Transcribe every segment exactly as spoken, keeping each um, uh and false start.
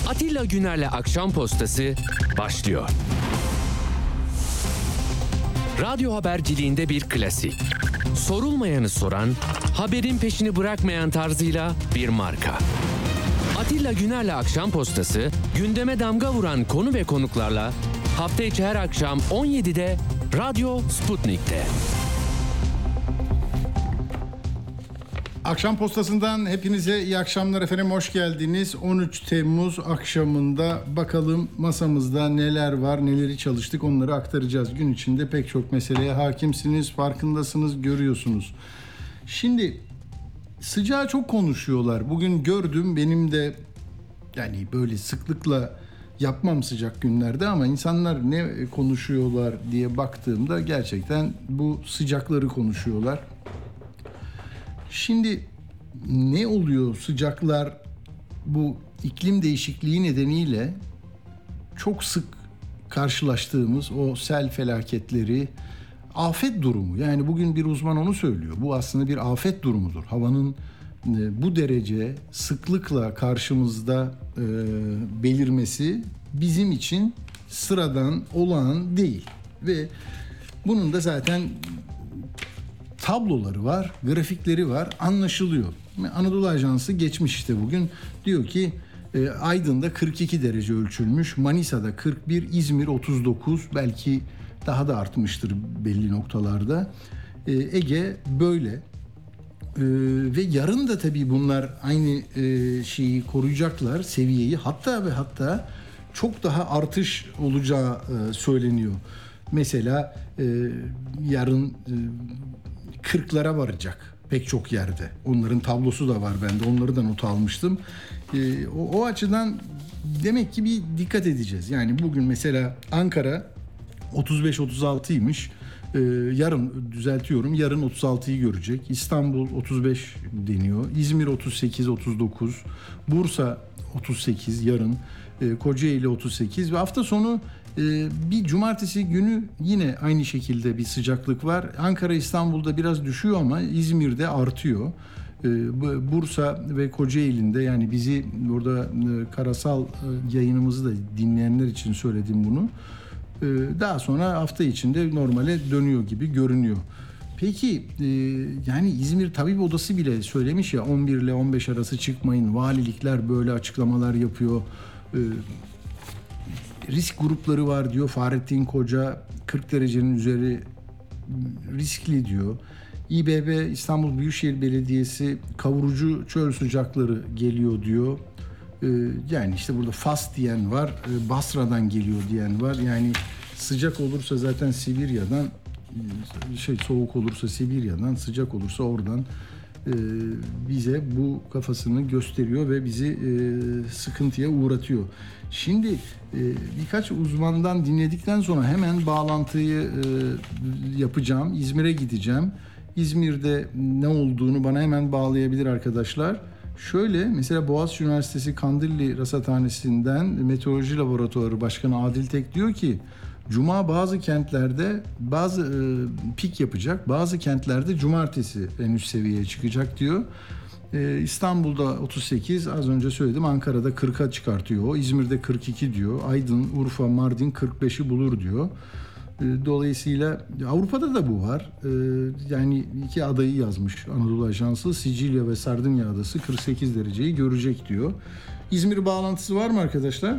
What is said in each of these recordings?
Atilla Güner'le Akşam Postası başlıyor. Radyo haberciliğinde bir klasik. Sorulmayanı soran, haberin peşini bırakmayan tarzıyla bir marka. Atilla Güner'le Akşam Postası, gündeme damga vuran konu ve konuklarla hafta içi her akşam on yedide Radyo Sputnik'te. Akşam Postası'ndan hepinize iyi akşamlar efendim, hoş geldiniz. on üç Temmuz akşamında bakalım masamızda neler var, neleri çalıştık, onları aktaracağız. Gün içinde pek çok meseleye hakimsiniz, farkındasınız, görüyorsunuz. Şimdi sıcağı çok konuşuyorlar. Bugün gördüm, benim de yani böyle sıklıkla yapmam sıcak günlerde ama insanlar ne konuşuyorlar diye baktığımda gerçekten bu sıcakları konuşuyorlar. Şimdi ne oluyor? Sıcaklar bu iklim değişikliği nedeniyle çok sık karşılaştığımız o sel felaketleri, afet durumu. Yani bugün bir uzman onu söylüyor. Bu aslında bir afet durumudur. Havanın bu derece sıklıkla karşımızda e, belirmesi bizim için sıradan, olağan değil. Ve bunun da zaten tabloları var, grafikleri var, anlaşılıyor. Anadolu Ajansı geçmiş işte bugün. Diyor ki e, Aydın'da kırk iki derece ölçülmüş, Manisa'da kırk bir, İzmir otuz dokuz, belki daha da artmıştır belli noktalarda. E, Ege böyle. E, ve yarın da tabii bunlar aynı e, şeyi koruyacaklar, seviyeyi. Hatta ve hatta çok daha artış olacağı e, söyleniyor. Mesela e, yarın e, kırklara varacak pek çok yerde. Onların tablosu da var bende. Onları da not almıştım. E, o, o açıdan demek ki bir dikkat edeceğiz. Yani bugün mesela Ankara otuz beş otuz altıymış. E, yarın düzeltiyorum. Yarın otuz altıyı görecek. İstanbul otuz beş deniyor. İzmir otuz sekiz otuz dokuz. Bursa otuz sekiz yarın. E, Kocaeli otuz sekiz ve hafta sonu Ee, bir cumartesi günü yine aynı şekilde bir sıcaklık var. Ankara, İstanbul'da biraz düşüyor ama İzmir'de artıyor. Ee, Bursa ve Kocaeli'nde, yani bizi burada e, karasal e, yayınımızı da dinleyenler için söyledim bunu. Ee, daha sonra hafta içinde normale dönüyor gibi görünüyor. Peki e, yani İzmir Tabip Odası bile söylemiş ya, on bir ile on beş arası çıkmayın. Valilikler böyle açıklamalar yapıyor. Ee, Risk grupları var diyor Fahrettin Koca, kırk derecenin üzeri riskli diyor. İBB İstanbul Büyükşehir Belediyesi kavurucu çöl sıcakları geliyor diyor. Ee, yani işte burada Fas diyen var, Basra'dan geliyor diyen var. Yani sıcak olursa zaten Sibirya'dan, şey soğuk olursa Sibirya'dan, sıcak olursa oradan e, bize bu kafasını gösteriyor ve bizi e, sıkıntıya uğratıyor. Şimdi e, birkaç uzmandan dinledikten sonra hemen bağlantıyı e, yapacağım. İzmir'e gideceğim. İzmir'de ne olduğunu bana hemen bağlayabilir arkadaşlar. Şöyle, mesela Boğaziçi Üniversitesi Kandilli Rasathanesi'nden Meteoroloji Laboratuvarı Başkanı Adil Tek diyor ki Cuma bazı kentlerde bazı e, pik yapacak, bazı kentlerde cumartesi en üst seviyeye çıkacak diyor. Ee, İstanbul'da otuz sekiz, az önce söyledim, Ankara'da kırka çıkartıyor o, İzmir'de kırk iki diyor, Aydın, Urfa, Mardin kırk beşi bulur diyor. Ee, dolayısıyla Avrupa'da da bu var. Ee, yani iki adayı yazmış Anadolu Ajansı, Sicilya ve Sardinya adası kırk sekiz dereceyi görecek diyor. İzmir bağlantısı var mı arkadaşlar?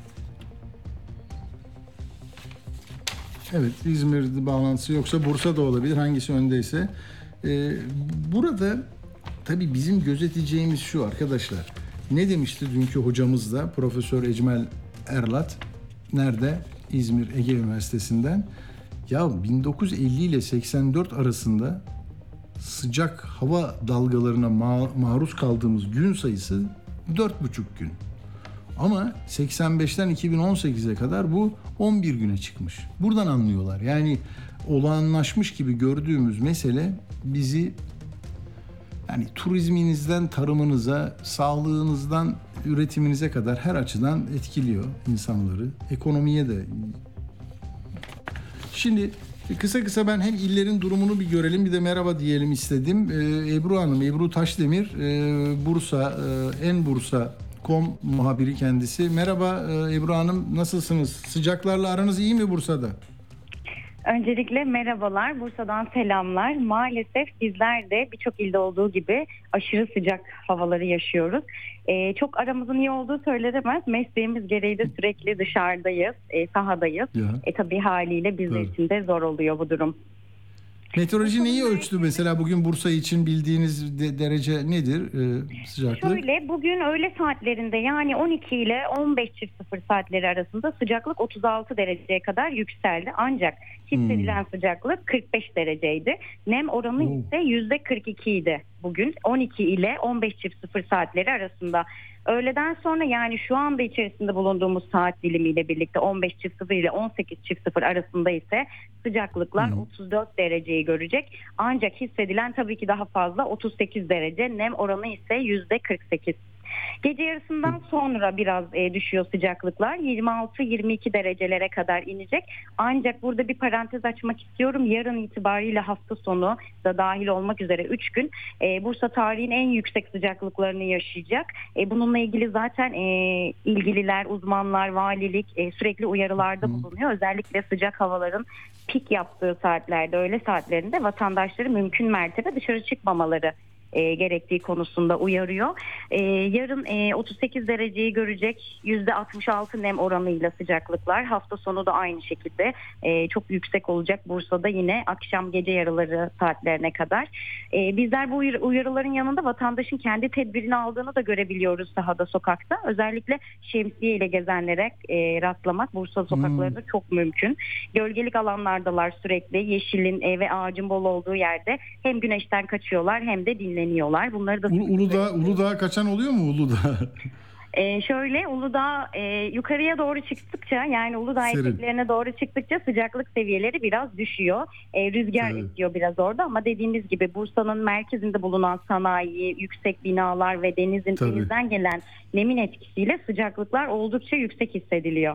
Evet, İzmir bağlantısı yoksa Bursa da olabilir, hangisi öndeyse. Ee, burada tabii bizim gözeteceğimiz şu arkadaşlar. Ne demişti dünkü hocamız da, Profesör Ecmel Erlat, nerede? İzmir Ege Üniversitesi'nden. Ya bin dokuz yüz elli ile seksen dört arasında sıcak hava dalgalarına ma- maruz kaldığımız gün sayısı dört buçuk gün. Ama seksen beşten iki bin on sekize kadar bu on bir güne çıkmış. Buradan anlıyorlar. Yani olağanlaşmış gibi gördüğümüz mesele bizi, yani turizminizden tarımınıza, sağlığınızdan üretiminize kadar her açıdan etkiliyor insanları. Ekonomiye de. Şimdi kısa kısa ben hem illerin durumunu bir görelim, bir de merhaba diyelim istedim. Ee, Ebru Hanım, Ebru Taşdemir, e, Bursa, e, En Bursa kom muhabiri kendisi. Merhaba e, Ebru Hanım, nasılsınız? Sıcaklarla aranız iyi mi Bursa'da? Öncelikle merhabalar, Bursa'dan selamlar. Maalesef bizler de birçok ilde olduğu gibi aşırı sıcak havaları yaşıyoruz. Ee, çok aramızın iyi olduğu söylenemez. Mesleğimiz gereği de sürekli dışarıdayız, e, sahadayız. E, tabii haliyle bizler için de zor oluyor bu durum. Meteoroloji neyi ölçtü mesela bugün Bursa için, bildiğiniz de, derece nedir e, sıcaklık? Şöyle, bugün öğle saatlerinde yani on iki ile on beş saatleri arasında sıcaklık otuz altı dereceye kadar yükseldi. Ancak hissedilen hmm. sıcaklık kırk beş dereceydi. Nem oranı oh. ise yüzde kırk iki idi bugün on iki ile on beş saatleri arasında. Öğleden sonra yani şu anda içerisinde bulunduğumuz saat dilimiyle birlikte on beş ile on sekiz arasında ise sıcaklıklar hmm. otuz dört dereceyi görecek. Ancak hissedilen tabii ki daha fazla otuz sekiz derece, nem oranı ise yüzde kırk sekiz. Gece yarısından sonra biraz e, düşüyor sıcaklıklar. yirmi altı yirmi iki derecelere kadar inecek. Ancak burada bir parantez açmak istiyorum. Yarın itibariyle hafta sonu da dahil olmak üzere üç gün e, Bursa tarihin en yüksek sıcaklıklarını yaşayacak. E, bununla ilgili zaten e, ilgililer, uzmanlar, valilik e, sürekli uyarılarda bulunuyor. Özellikle sıcak havaların pik yaptığı saatlerde, öğle saatlerinde vatandaşları mümkün mertebe dışarı çıkmamaları E, gerektiği konusunda uyarıyor. E, yarın e, otuz sekiz dereceyi görecek, yüzde altmış altı nem oranıyla sıcaklıklar. Hafta sonu da aynı şekilde e, çok yüksek olacak Bursa'da, yine akşam gece yarıları saatlerine kadar. E, bizler bu uyarıların yanında vatandaşın kendi tedbirini aldığını da görebiliyoruz sahada, sokakta. Özellikle şemsiye ile gezenlere e, rastlamak Bursa sokaklarında hmm. çok mümkün. Gölgelik alanlardalar sürekli. Yeşilin e, ve ağacın bol olduğu yerde hem güneşten kaçıyorlar hem de dinleniyorlar. Bunları da U- Uludağ, Uludağ'a kaçan oluyor mu Uludağ? Ee, şöyle Uludağ e, yukarıya doğru çıktıkça, yani Uludağ eteklerine doğru çıktıkça sıcaklık seviyeleri biraz düşüyor. E, rüzgar evet. esiyor biraz orada, ama dediğimiz gibi Bursa'nın merkezinde bulunan sanayi, yüksek binalar ve denizin Tabii. denizden gelen nemin etkisiyle sıcaklıklar oldukça yüksek hissediliyor.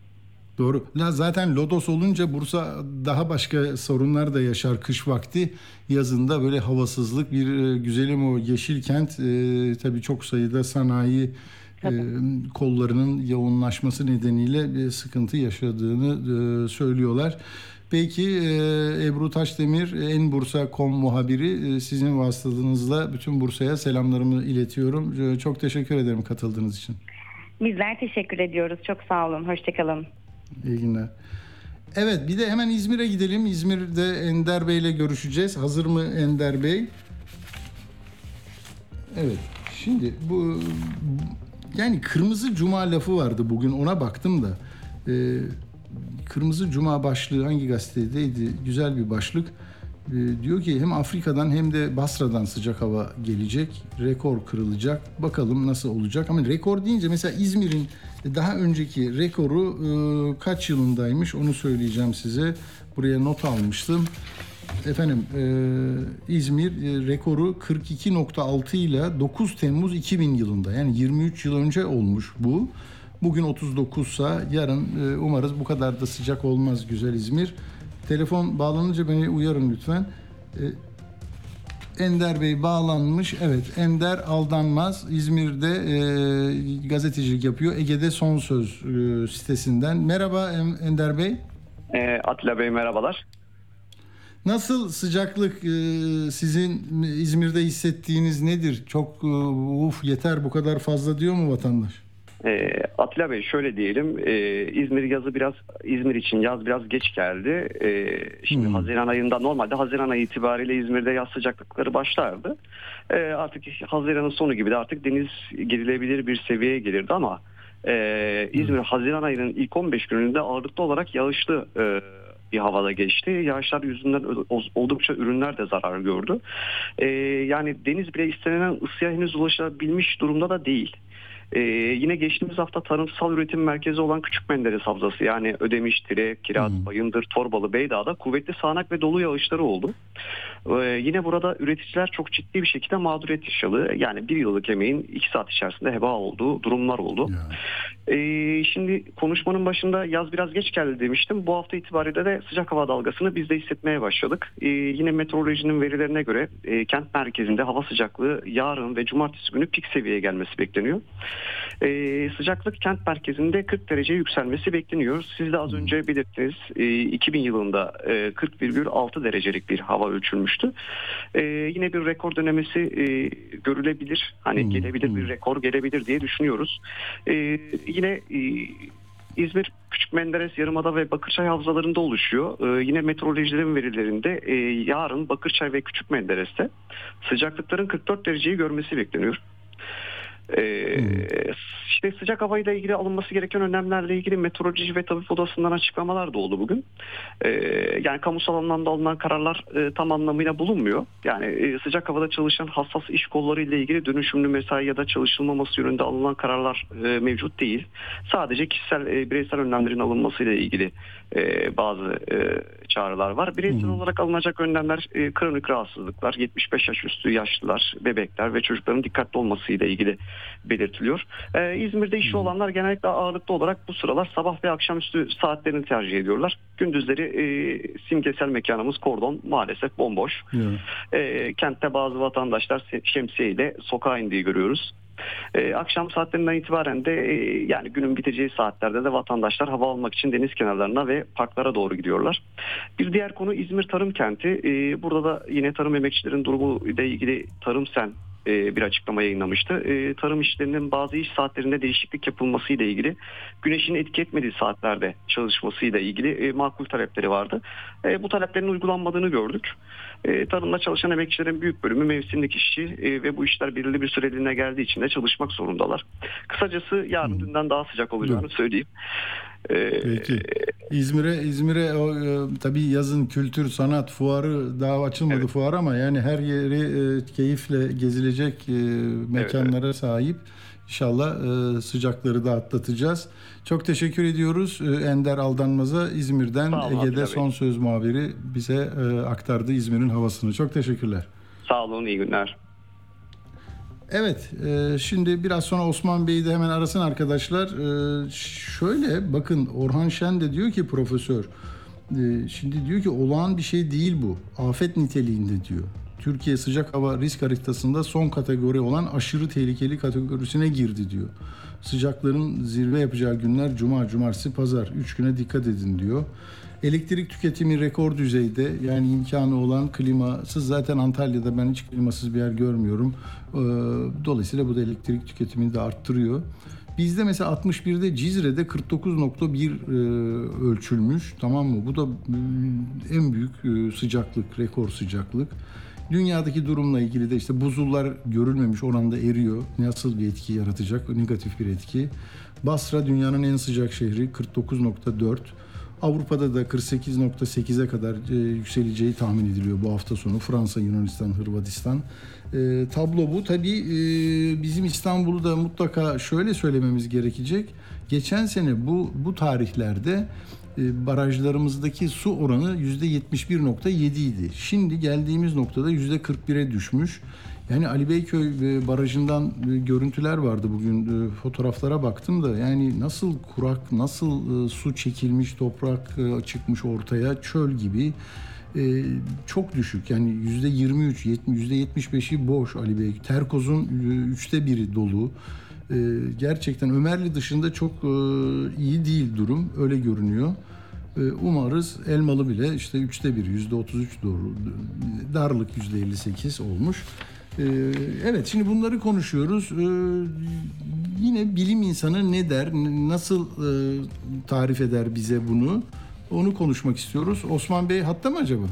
Doğru. Zaten lodos olunca Bursa daha başka sorunlar da yaşar kış vakti. Yazında böyle havasızlık, bir güzelim o yeşil kent e, tabii çok sayıda sanayi e, kollarının yoğunlaşması nedeniyle bir sıkıntı yaşadığını e, söylüyorlar. Peki e, Ebru Taşdemir, En Bursa nokta com muhabiri, e, sizin vasıtanızla bütün Bursa'ya selamlarımı iletiyorum. E, çok teşekkür ederim katıldığınız için. Bizler teşekkür ediyoruz. Çok sağ olun. Hoşçakalın. İyi günler. Evet, bir de hemen İzmir'e gidelim. İzmir'de Ender Bey ile görüşeceğiz. Hazır mı Ender Bey? Evet. Şimdi bu yani Kırmızı Cuma lafı vardı bugün, ona baktım da. Ee, Kırmızı Cuma başlığı hangi gazetedeydi? Güzel bir başlık. Ee, diyor ki hem Afrika'dan hem de Basra'dan sıcak hava gelecek. Rekor kırılacak. Bakalım nasıl olacak. Ama rekor deyince mesela İzmir'in daha önceki rekoru e, kaç yılındaymış onu söyleyeceğim size. Buraya not almıştım. Efendim e, İzmir e, rekoru kırk iki nokta altı ile dokuz Temmuz iki bin yılında, yani yirmi üç yıl önce olmuş bu. Bugün otuz dokuzsa yarın e, umarız bu kadar da sıcak olmaz güzel İzmir. Telefon bağlanınca beni uyarın lütfen. E, Ender Bey bağlanmış. Evet, Ender Aldanmaz İzmir'de e, gazetecilik yapıyor. Ege'de Son Söz e, sitesinden. Merhaba Ender Bey. E, Atilla Bey merhabalar. Nasıl sıcaklık e, sizin İzmir'de hissettiğiniz nedir? Çok e, uf yeter bu kadar fazla diyor mu vatandaş? E, Atilla Bey şöyle diyelim, e, İzmir yazı biraz İzmir için yaz biraz geç geldi. E, şimdi hmm. Haziran ayında, normalde Haziran ayı itibariyle İzmir'de yaz sıcaklıkları başlardı. E, artık Haziran'ın sonu gibi de artık deniz girilebilir bir seviyeye gelirdi, ama e, İzmir hmm. Haziran ayının ilk on beş gününde ağırlıklı olarak yağışlı e, bir havada geçti. Yağışlar yüzünden oldukça ürünler de zarar gördü. E, yani deniz bile istenilen ısıya henüz ulaşabilmiş durumda da değil. Ee, yine geçtiğimiz hafta tarımsal üretim merkezi olan Küçük Menderes Havzası, yani Ödemiş, Tire, Kiraz, hmm. Bayındır, Torbalı, Beydağ'da kuvvetli sağanak ve dolu yağışları oldu. Ee, yine burada üreticiler çok ciddi bir şekilde mağduriyet yaşadı. Yani bir yıllık emeğin iki saat içerisinde heba olduğu durumlar oldu. Ee, şimdi konuşmanın başında yaz biraz geç geldi demiştim. Bu hafta itibariyle de sıcak hava dalgasını biz de hissetmeye başladık. Ee, yine meteorolojinin verilerine göre e, kent merkezinde hava sıcaklığı yarın ve cumartesi günü pik seviyeye gelmesi bekleniyor. Ee, sıcaklık kent merkezinde kırk derece yükselmesi bekleniyor. Siz de az önce belirttiniz. E, iki bin yılında e, kırk virgül altı derecelik bir hava ölçülmüştü. E, yine bir rekor denemesi e, görülebilir. Hani Hmm. gelebilir bir rekor gelebilir diye düşünüyoruz. E, yine e, İzmir, Küçük Menderes, Yarımada ve Bakırçay havzalarında oluşuyor. Ee, yine meteorolojilerin verilerinde e, yarın Bakırçay ve Küçük Menderes'te sıcaklıkların kırk dört dereceyi görmesi bekleniyor. Ee, Hmm. işte sıcak havayla ilgili alınması gereken önlemlerle ilgili meteoroloji ve tabip odasından açıklamalar da oldu bugün. Ee, yani kamusal anlamda alınan kararlar e, tam anlamıyla bulunmuyor. Yani e, sıcak havada çalışan hassas iş kolları ile ilgili dönüşümlü mesai ya da çalışılmaması yönünde alınan kararlar e, mevcut değil. Sadece kişisel e, bireysel önlemlerin alınması ile ilgili e, bazı e, çağrılar var. Bireysel Hmm. olarak alınacak önlemler e, kronik rahatsızlıklar, yetmiş beş yaş üstü yaşlılar, bebekler ve çocukların dikkatli olması ile ilgili belirtiliyor. Ee, İzmir'de işi olanlar genellikle ağırlıklı olarak bu sıralar sabah ve akşamüstü saatlerini tercih ediyorlar. Gündüzleri e, simgesel mekanımız kordon maalesef bomboş. Yeah. E, kentte bazı vatandaşlar şemsiyeyle sokağa indiği görüyoruz. Ee, akşam saatlerinden itibaren de e, yani günün biteceği saatlerde de vatandaşlar hava almak için deniz kenarlarına ve parklara doğru gidiyorlar. Bir diğer konu İzmir Tarım Kenti. Ee, burada da yine tarım emekçilerin durumu ile ilgili Tarım Sen bir açıklama yayınlamıştı. Tarım işlerinin bazı iş saatlerinde değişiklik yapılması ile ilgili, güneşin etki etmediği saatlerde çalışması ile ilgili makul talepleri vardı. Bu taleplerin uygulanmadığını gördük. Tarımda çalışan emekçilerin büyük bölümü mevsimlik işçi ve bu işler belirli bir süreliğine geldiği için de çalışmak zorundalar. Kısacası yarın dünden daha sıcak olacağını söyleyeyim. Peki. İzmir'e İzmir'e o, e, tabii yazın kültür sanat fuarı daha açılmadı, evet. Fuar ama yani her yeri e, keyifle gezilecek e, mekanlara, evet, evet, sahip. İnşallah e, sıcakları da atlatacağız. Çok teşekkür ediyoruz e, Ender Aldanmaz'a, İzmir'den Ege'de Son Söz muhabiri bize e, aktardı İzmir'in havasını. Çok teşekkürler. Sağ olun, iyi günler. Evet, e, şimdi biraz sonra Osman Bey'i de hemen arasın arkadaşlar. E, şöyle bakın, Orhan Şen de diyor ki profesör, e, şimdi diyor ki olağan bir şey değil bu, afet niteliğinde diyor. Türkiye sıcak hava risk haritasında son kategori olan aşırı tehlikeli kategorisine girdi diyor. Sıcakların zirve yapacağı günler cuma, cumartesi, pazar. Üç güne dikkat edin diyor. Elektrik tüketimi rekor düzeyde, yani imkanı olan klimasız, zaten Antalya'da ben hiç klimasız bir yer görmüyorum. Dolayısıyla bu da elektrik tüketimini de arttırıyor. Bizde mesela altmış birde Cizre'de kırk dokuz nokta bir ölçülmüş, tamam mı? Bu da en büyük sıcaklık, rekor sıcaklık. Dünyadaki durumla ilgili de işte buzullar görülmemiş oranda eriyor. Nasıl bir etki yaratacak? Negatif bir etki. Basra dünyanın en sıcak şehri, kırk dokuz nokta dört. Avrupa'da da kırk sekiz nokta sekize kadar e, yükseleceği tahmin ediliyor bu hafta sonu. Fransa, Yunanistan, Hırvatistan. E, tablo bu. Tabii e, bizim İstanbul'u da mutlaka şöyle söylememiz gerekecek. Geçen sene bu bu tarihlerde e, barajlarımızdaki su oranı yüzde yetmiş bir nokta yedi idi. Şimdi geldiğimiz noktada yüzde kırk bire düşmüş. Yani Ali Beyköy barajından görüntüler vardı bugün, fotoğraflara baktım da, yani nasıl kurak, nasıl su çekilmiş, toprak çıkmış ortaya, çöl gibi, çok düşük. Yani yüzde yirmi üç, yüzde yetmiş beşi boş Ali Beyköy. Terkoz'un üçte biri dolu. Gerçekten Ömerli dışında çok iyi değil durum, öyle görünüyor. Umarız Elmalı bile işte üçte bir, yüzde otuz üç doğru, Darlık yüzde elli sekiz olmuş. Evet, şimdi bunları konuşuyoruz. Yine bilim insanı ne der, nasıl tarif eder bize bunu? Onu konuşmak istiyoruz. Osman Bey hatta mı acaba?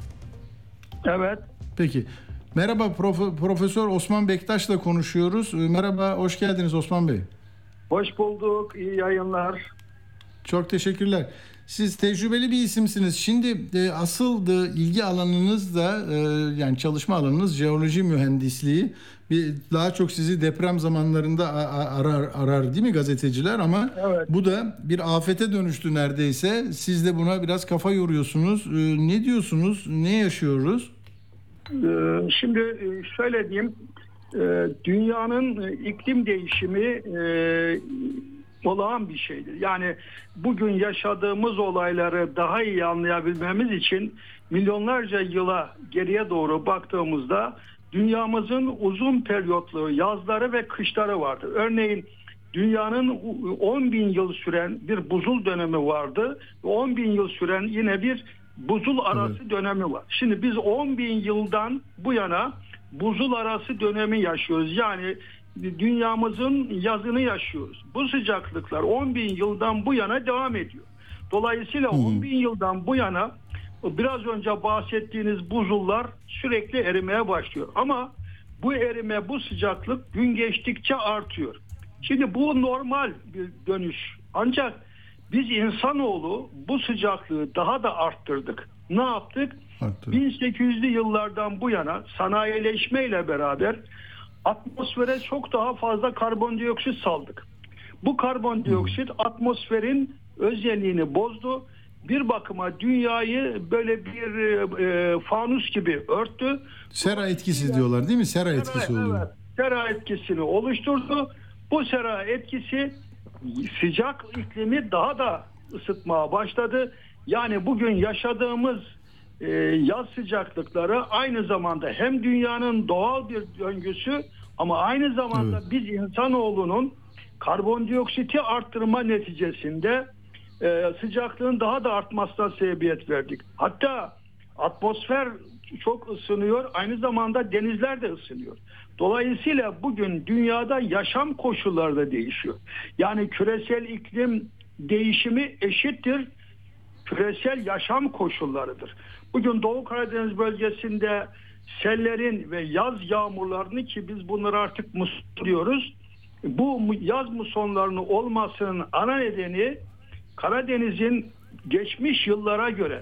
Evet. Peki. Merhaba, Prof- Profesör Osman Bektaş'la konuşuyoruz. Merhaba, hoş geldiniz Osman Bey. Hoş bulduk, iyi yayınlar. Çok teşekkürler. Siz tecrübeli bir isimsiniz. Şimdi e, asıl da ilgi alanınız da e, yani çalışma alanınız jeoloji mühendisliği. Bir, daha çok sizi deprem zamanlarında arar arar değil mi gazeteciler, ama evet, bu da bir afete dönüştü neredeyse. Siz de buna biraz kafa yoruyorsunuz. E, ne diyorsunuz? Ne yaşıyoruz? Ee, şimdi şöyle diyeyim. Dünyanın iklim değişimi olağan bir şeydir. Yani bugün yaşadığımız olayları daha iyi anlayabilmemiz için milyonlarca yıla geriye doğru baktığımızda dünyamızın uzun periyotlu yazları ve kışları vardı. Örneğin dünyanın on bin yıl süren bir buzul dönemi vardı. on bin yıl süren yine bir buzul arası evet. dönemi var. Şimdi biz on bin yıldan bu yana buzul arası dönemi yaşıyoruz. Yani dünyamızın yazını yaşıyoruz. Bu sıcaklıklar on bin yıldan bu yana devam ediyor. Dolayısıyla hmm. on bin yıldan bu yana biraz önce bahsettiğiniz buzullar sürekli erimeye başlıyor. Ama bu erime, bu sıcaklık gün geçtikçe artıyor. Şimdi bu normal bir dönüş. Ancak biz insanoğlu bu sıcaklığı daha da arttırdık. Ne yaptık? Arttırdık. bin sekiz yüzlü yıllardan bu yana sanayileşmeyle beraber atmosfere çok daha fazla karbondioksit saldık. Bu karbondioksit hmm. atmosferin özelliğini bozdu. Bir bakıma dünyayı böyle bir e, fanus gibi örttü. Sera etkisi yani, diyorlar değil mi? Sera, sera etkisi oluyor. Evet, sera etkisini oluşturdu. Bu sera etkisi sıcak iklimi daha da ısıtmaya başladı. Yani bugün yaşadığımız e, yaz sıcaklıkları aynı zamanda hem dünyanın doğal bir döngüsü ama aynı zamanda evet. biz insanoğlunun karbondioksiti arttırma neticesinde e, sıcaklığın daha da artmasına sebebiyet verdik. Hatta atmosfer çok ısınıyor, aynı zamanda denizler de ısınıyor. Dolayısıyla bugün dünyada yaşam koşulları da değişiyor. Yani küresel iklim değişimi eşittir küresel yaşam koşullarıdır. Bugün Doğu Karadeniz bölgesinde sellerin ve yaz yağmurlarını, ki biz bunları artık muson diyoruz, bu yaz musonlarının olmasının ana nedeni Karadeniz'in geçmiş yıllara göre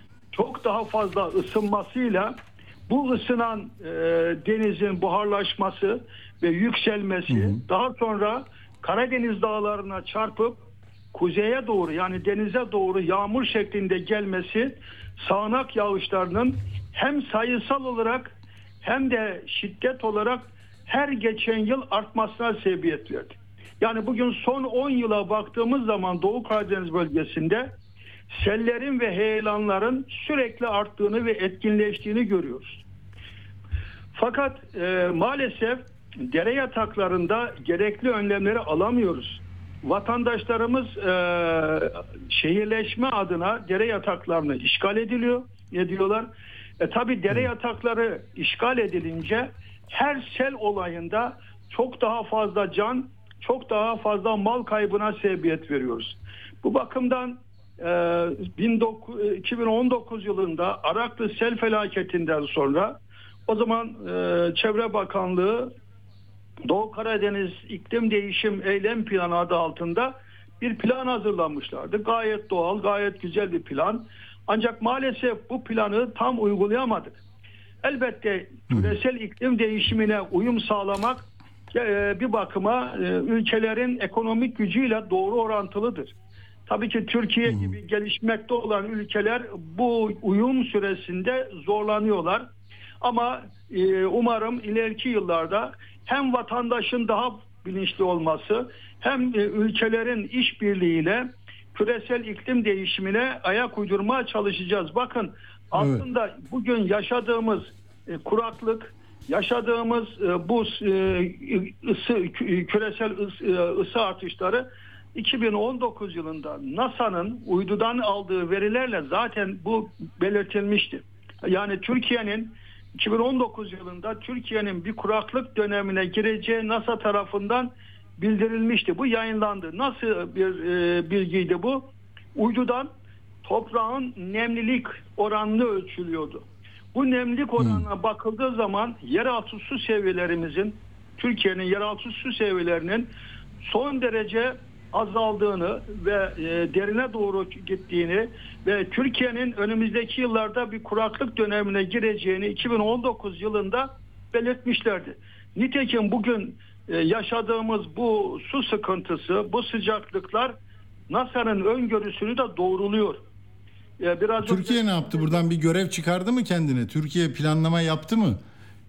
çok daha fazla ısınmasıyla bu ısınan e, denizin buharlaşması ve yükselmesi hı hı. daha sonra Karadeniz dağlarına çarpıp kuzeye doğru, yani denize doğru yağmur şeklinde gelmesi sağanak yağışlarının hem sayısal olarak hem de şiddet olarak her geçen yıl artmasına sebebiyet verdi. Yani bugün son on yıla baktığımız zaman Doğu Karadeniz bölgesinde sellerin ve heyelanların sürekli arttığını ve etkinleştiğini görüyoruz. Fakat e, maalesef dere yataklarında gerekli önlemleri alamıyoruz. Vatandaşlarımız e, şehirleşme adına dere yataklarını işgal ediliyor, ediyorlar. E, tabii dere yatakları işgal edilince her sel olayında çok daha fazla can, çok daha fazla mal kaybına sebebiyet veriyoruz. Bu bakımdan iki bin on dokuz yılında Araklı sel felaketinden sonra o zaman Çevre Bakanlığı Doğu Karadeniz İklim Değişim Eylem Planı adı altında bir plan hazırlamışlardı. Gayet doğal, gayet güzel bir plan. Ancak maalesef bu planı tam uygulayamadık. Elbette küresel iklim değişimine uyum sağlamak bir bakıma ülkelerin ekonomik gücüyle doğru orantılıdır. Tabii ki Türkiye gibi gelişmekte olan ülkeler bu uyum süresinde zorlanıyorlar. Ama umarım ileriki yıllarda hem vatandaşın daha bilinçli olması hem ülkelerin işbirliğiyle küresel iklim değişimine ayak uydurmaya çalışacağız. Bakın aslında evet. bugün yaşadığımız kuraklık, yaşadığımız bu ısı, küresel ısı artışları iki bin on dokuz yılında NASA'nın uydudan aldığı verilerle zaten bu belirtilmişti. Yani Türkiye'nin iki bin on dokuz yılında Türkiye'nin bir kuraklık dönemine gireceği NASA tarafından bildirilmişti. Bu yayınlandı. Nasıl bir e, bilgiydi bu? Uydudan toprağın nemlilik oranını ölçülüyordu. Bu nemlilik oranına hmm. bakıldığı zaman yeraltı su seviyelerimizin, Türkiye'nin yeraltı su seviyelerinin son derece azaldığını ve e, derine doğru gittiğini ve Türkiye'nin önümüzdeki yıllarda bir kuraklık dönemine gireceğini iki bin on dokuz yılında belirtmişlerdi. Nitekim bugün e, yaşadığımız bu su sıkıntısı, bu sıcaklıklar NASA'nın öngörüsünü de doğruluyor. E, biraz Türkiye önce... ne yaptı? Buradan bir görev çıkardı mı kendine? Türkiye planlama yaptı mı?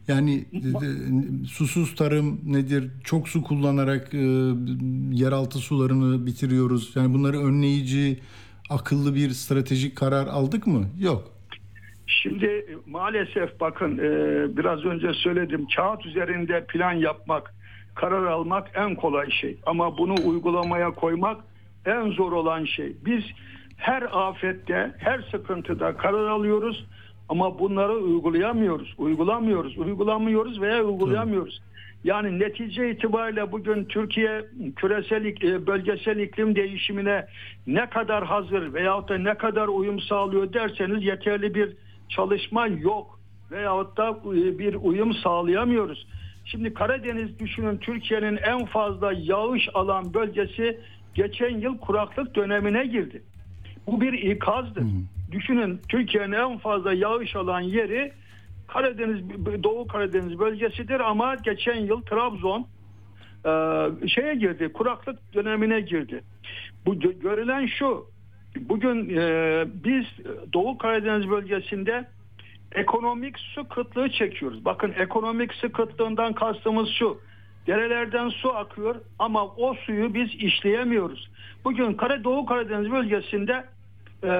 Yani e, susuz tarım nedir? Çok su kullanarak e, yeraltı sularını bitiriyoruz. Yani bunları önleyici, akıllı bir stratejik karar aldık mı? Yok. Şimdi maalesef bakın e, biraz önce söyledim, kağıt üzerinde plan yapmak, karar almak en kolay şey. Ama bunu uygulamaya koymak en zor olan şey. Biz her afette, her sıkıntıda karar alıyoruz ama bunları uygulayamıyoruz, uygulamıyoruz, uygulamıyoruz veya uygulayamıyoruz. Yani netice itibariyle bugün Türkiye küresel bölgesel iklim değişimine ne kadar hazır veyahut da ne kadar uyum sağlıyor derseniz yeterli bir çalışma yok veyahut da bir uyum sağlayamıyoruz. Şimdi Karadeniz düşünün, Türkiye'nin en fazla yağış alan bölgesi geçen yıl kuraklık dönemine girdi. Bu bir ikazdır. Hmm. Düşünün, Türkiye'nin en fazla yağış alan yeri Karadeniz, Doğu Karadeniz bölgesidir ama geçen yıl Trabzon e, şeye girdi, kuraklık dönemine girdi. Bu görülen şu, bugün e, biz Doğu Karadeniz bölgesinde ekonomik su kıtlığı çekiyoruz. Bakın, ekonomik su kıtlığından kastımız şu: derelerden su akıyor ama o suyu biz işleyemiyoruz. Bugün Kara Doğu Karadeniz bölgesinde e,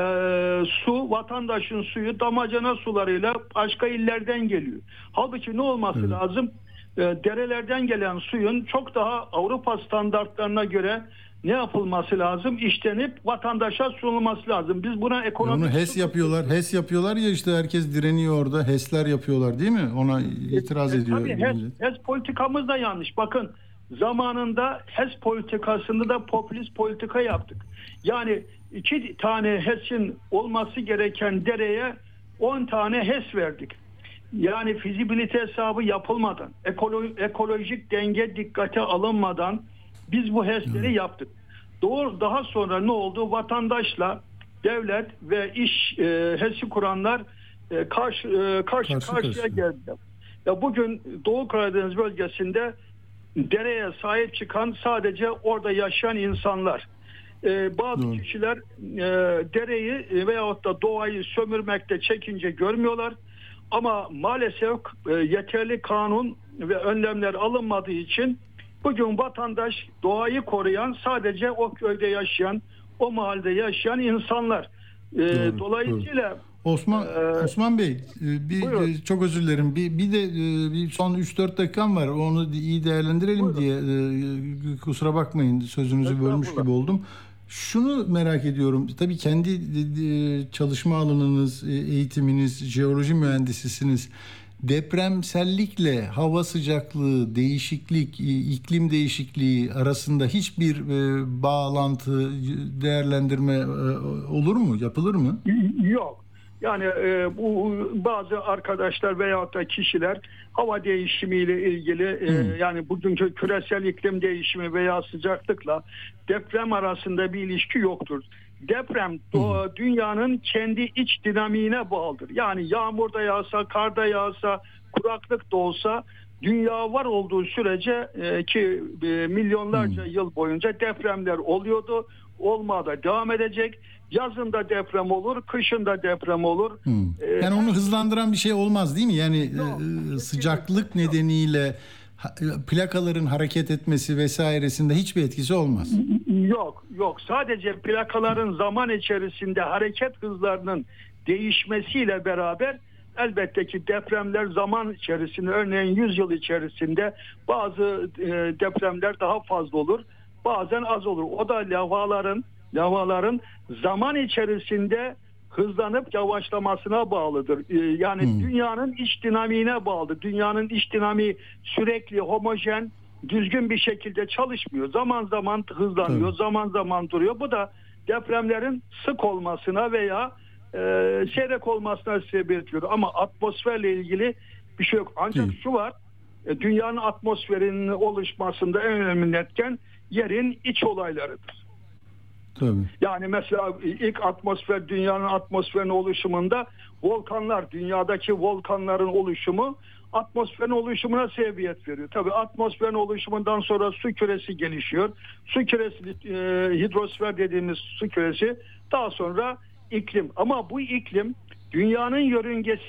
su, vatandaşın suyu damacana sularıyla başka illerden geliyor. Halbuki ne olması Hı. lazım? E, derelerden gelen suyun çok daha Avrupa standartlarına göre ne yapılması lazım? İşlenip vatandaşa sunulması lazım. Biz buna ekonomik... Onu HES yapıyorlar. HES yapıyorlar ya, işte herkes direniyor orada. HES'ler yapıyorlar değil mi? Ona itiraz e, ediyor. Tabii HES, HES politikamız da yanlış. Bakın, zamanında HES politikasında da popülist politika yaptık. Yani iki tane HES'in olması gereken dereye on tane HES verdik. Yani fizibilite hesabı yapılmadan, ekolo- ekolojik denge dikkate alınmadan biz bu HES'leri yaptık. Doğru, daha sonra ne oldu? Vatandaşla devlet ve iş e, HES'i kuranlar e, karşı e, karşı, karşı karşıya geldiler. Ya bugün Doğu Karadeniz bölgesinde dereye sahip çıkan sadece orada yaşayan insanlar. E, bazı Doğru. kişiler e, dereyi veyahut da doğayı sömürmekte çekince görmüyorlar. Ama maalesef e, yeterli kanun ve önlemler alınmadığı için bugün vatandaş, doğayı koruyan sadece o köyde yaşayan, o mahallede yaşayan insanlar. Ee, doğru, dolayısıyla doğru. Osman e, Osman Bey, bir buyurun. Çok özür dilerim. Bir, bir de bir son üç dört dakikam var. Onu iyi değerlendirelim buyurun. diye kusura bakmayın, sözünüzü bölmüş gibi oldum. Şunu merak ediyorum. Tabii kendi çalışma alanınız, eğitiminiz, jeoloji mühendisisiniz. Depremsellikle hava sıcaklığı, değişiklik, iklim değişikliği arasında hiçbir e, bağlantı, değerlendirme e, olur mu? Yapılır mı? Yok. Yani e, bu bazı arkadaşlar veyahut da kişiler hava değişimiyle ilgili e, yani bugünkü küresel iklim değişimi veya sıcaklıkla deprem arasında bir ilişki yoktur. Deprem o, dünyanın kendi iç dinamiğine bağlıdır. Yani yağmur da yağsa, kar da yağsa, kuraklık da olsa dünya var olduğu sürece e, ki e, milyonlarca hmm. yıl boyunca depremler oluyordu. Olmaya da devam edecek. Yazın da deprem olur, kışın da deprem olur. Hmm. Yani onu hızlandıran bir şey olmaz değil mi? Yani yok, e, sıcaklık nedeniyle plakaların hareket etmesi vesairesinde hiçbir etkisi olmaz. Yok, yok. Sadece plakaların zaman içerisinde hareket hızlarının değişmesiyle beraber elbette ki depremler zaman içerisinde, örneğin yüz yıl içerisinde bazı e, depremler daha fazla olur, bazen az olur. O da levhaların, levhaların zaman içerisinde hızlanıp yavaşlamasına bağlıdır. Ee, yani hmm. dünyanın iç dinamiğine bağlı. Dünyanın iç dinamiği sürekli homojen, düzgün bir şekilde çalışmıyor. Zaman zaman hızlanıyor, hmm. zaman zaman duruyor. Bu da depremlerin sık olmasına veya e, seyrek olmasına sebep veriyor. Ama atmosferle ilgili bir şey yok. Ancak hmm. şu var, e, dünyanın atmosferinin oluşmasında en önemli etken yerin iç olaylarıdır. Tabii. Yani mesela ilk atmosfer, dünyanın atmosferinin oluşumunda volkanlar, dünyadaki volkanların oluşumu atmosferin oluşumuna sebebiyet veriyor. Tabii atmosferin oluşumundan sonra su küresi gelişiyor. Su küresi, e, hidrosfer dediğimiz su küresi, daha sonra iklim. Ama bu iklim dünyanın yörüngesi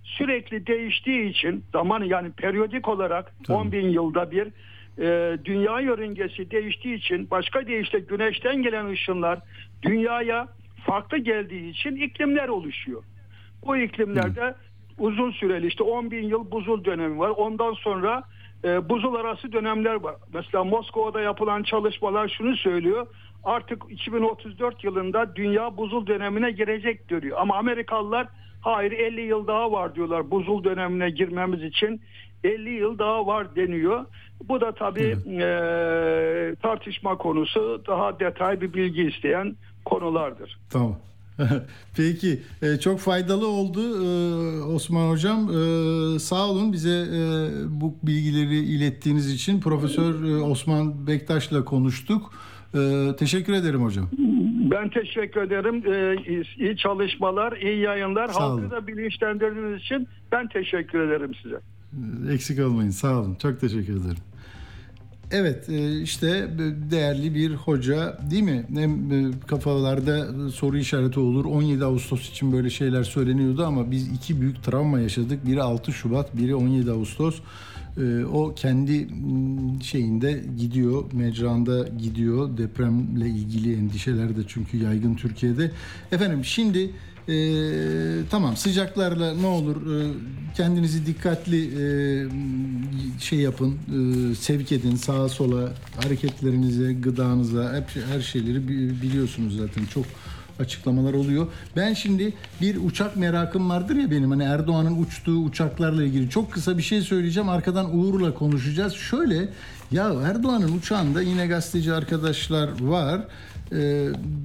sürekli değiştiği için zaman yani periyodik olarak Tabii. on bin yılda bir e, dünya yörüngesi değiştiği için başka deyişle güneşten gelen ışınlar dünyaya farklı geldiği için iklimler oluşuyor. Bu iklimlerde Hı. uzun süreli işte on bin yıl buzul dönemi var. Ondan sonra e, buzul arası dönemler var. Mesela Moskova'da yapılan çalışmalar şunu söylüyor. Artık iki bin otuz dört yılında dünya buzul dönemine girecek diyor. Ama Amerikalılar hayır elli yıl daha var diyorlar buzul dönemine girmemiz için. elli yıl daha var deniyor. Bu da tabii e, tartışma konusu, daha detay bir bilgi isteyen konulardır. Tamam. Peki, çok faydalı oldu Osman Hocam. Sağ olun bize bu bilgileri ilettiğiniz için. Profesör Osman Bektaş'la konuştuk. Teşekkür ederim hocam. Ben teşekkür ederim. İyi çalışmalar, iyi yayınlar. Sağ Halkı olun. da bilinçlendirdiğiniz için ben teşekkür ederim size. Eksik olmayın. Sağ olun. Çok teşekkür ederim. Evet, işte değerli bir hoca, değil mi? Hem kafalarda soru işareti olur. on yedi Ağustos için böyle şeyler söyleniyordu ama biz iki büyük travma yaşadık. Biri altı Şubat, biri on yedi Ağustos. O kendi şeyinde gidiyor, mecranda gidiyor. Depremle ilgili endişeler de çünkü yaygın Türkiye'de. Efendim şimdi e, tamam, sıcaklarla ne olur e, kendinizi dikkatli e, şey yapın, e, sevk edin sağa sola, hareketlerinize, gıdanıza, hep her şeyleri biliyorsunuz zaten, çok açıklamalar oluyor. Ben şimdi bir uçak merakım vardır ya benim, hani Erdoğan'ın uçtuğu uçaklarla ilgili çok kısa bir şey söyleyeceğim. Arkadan Uğur'la konuşacağız. Şöyle, ya Erdoğan'ın uçağında yine gazeteci arkadaşlar var. Ee,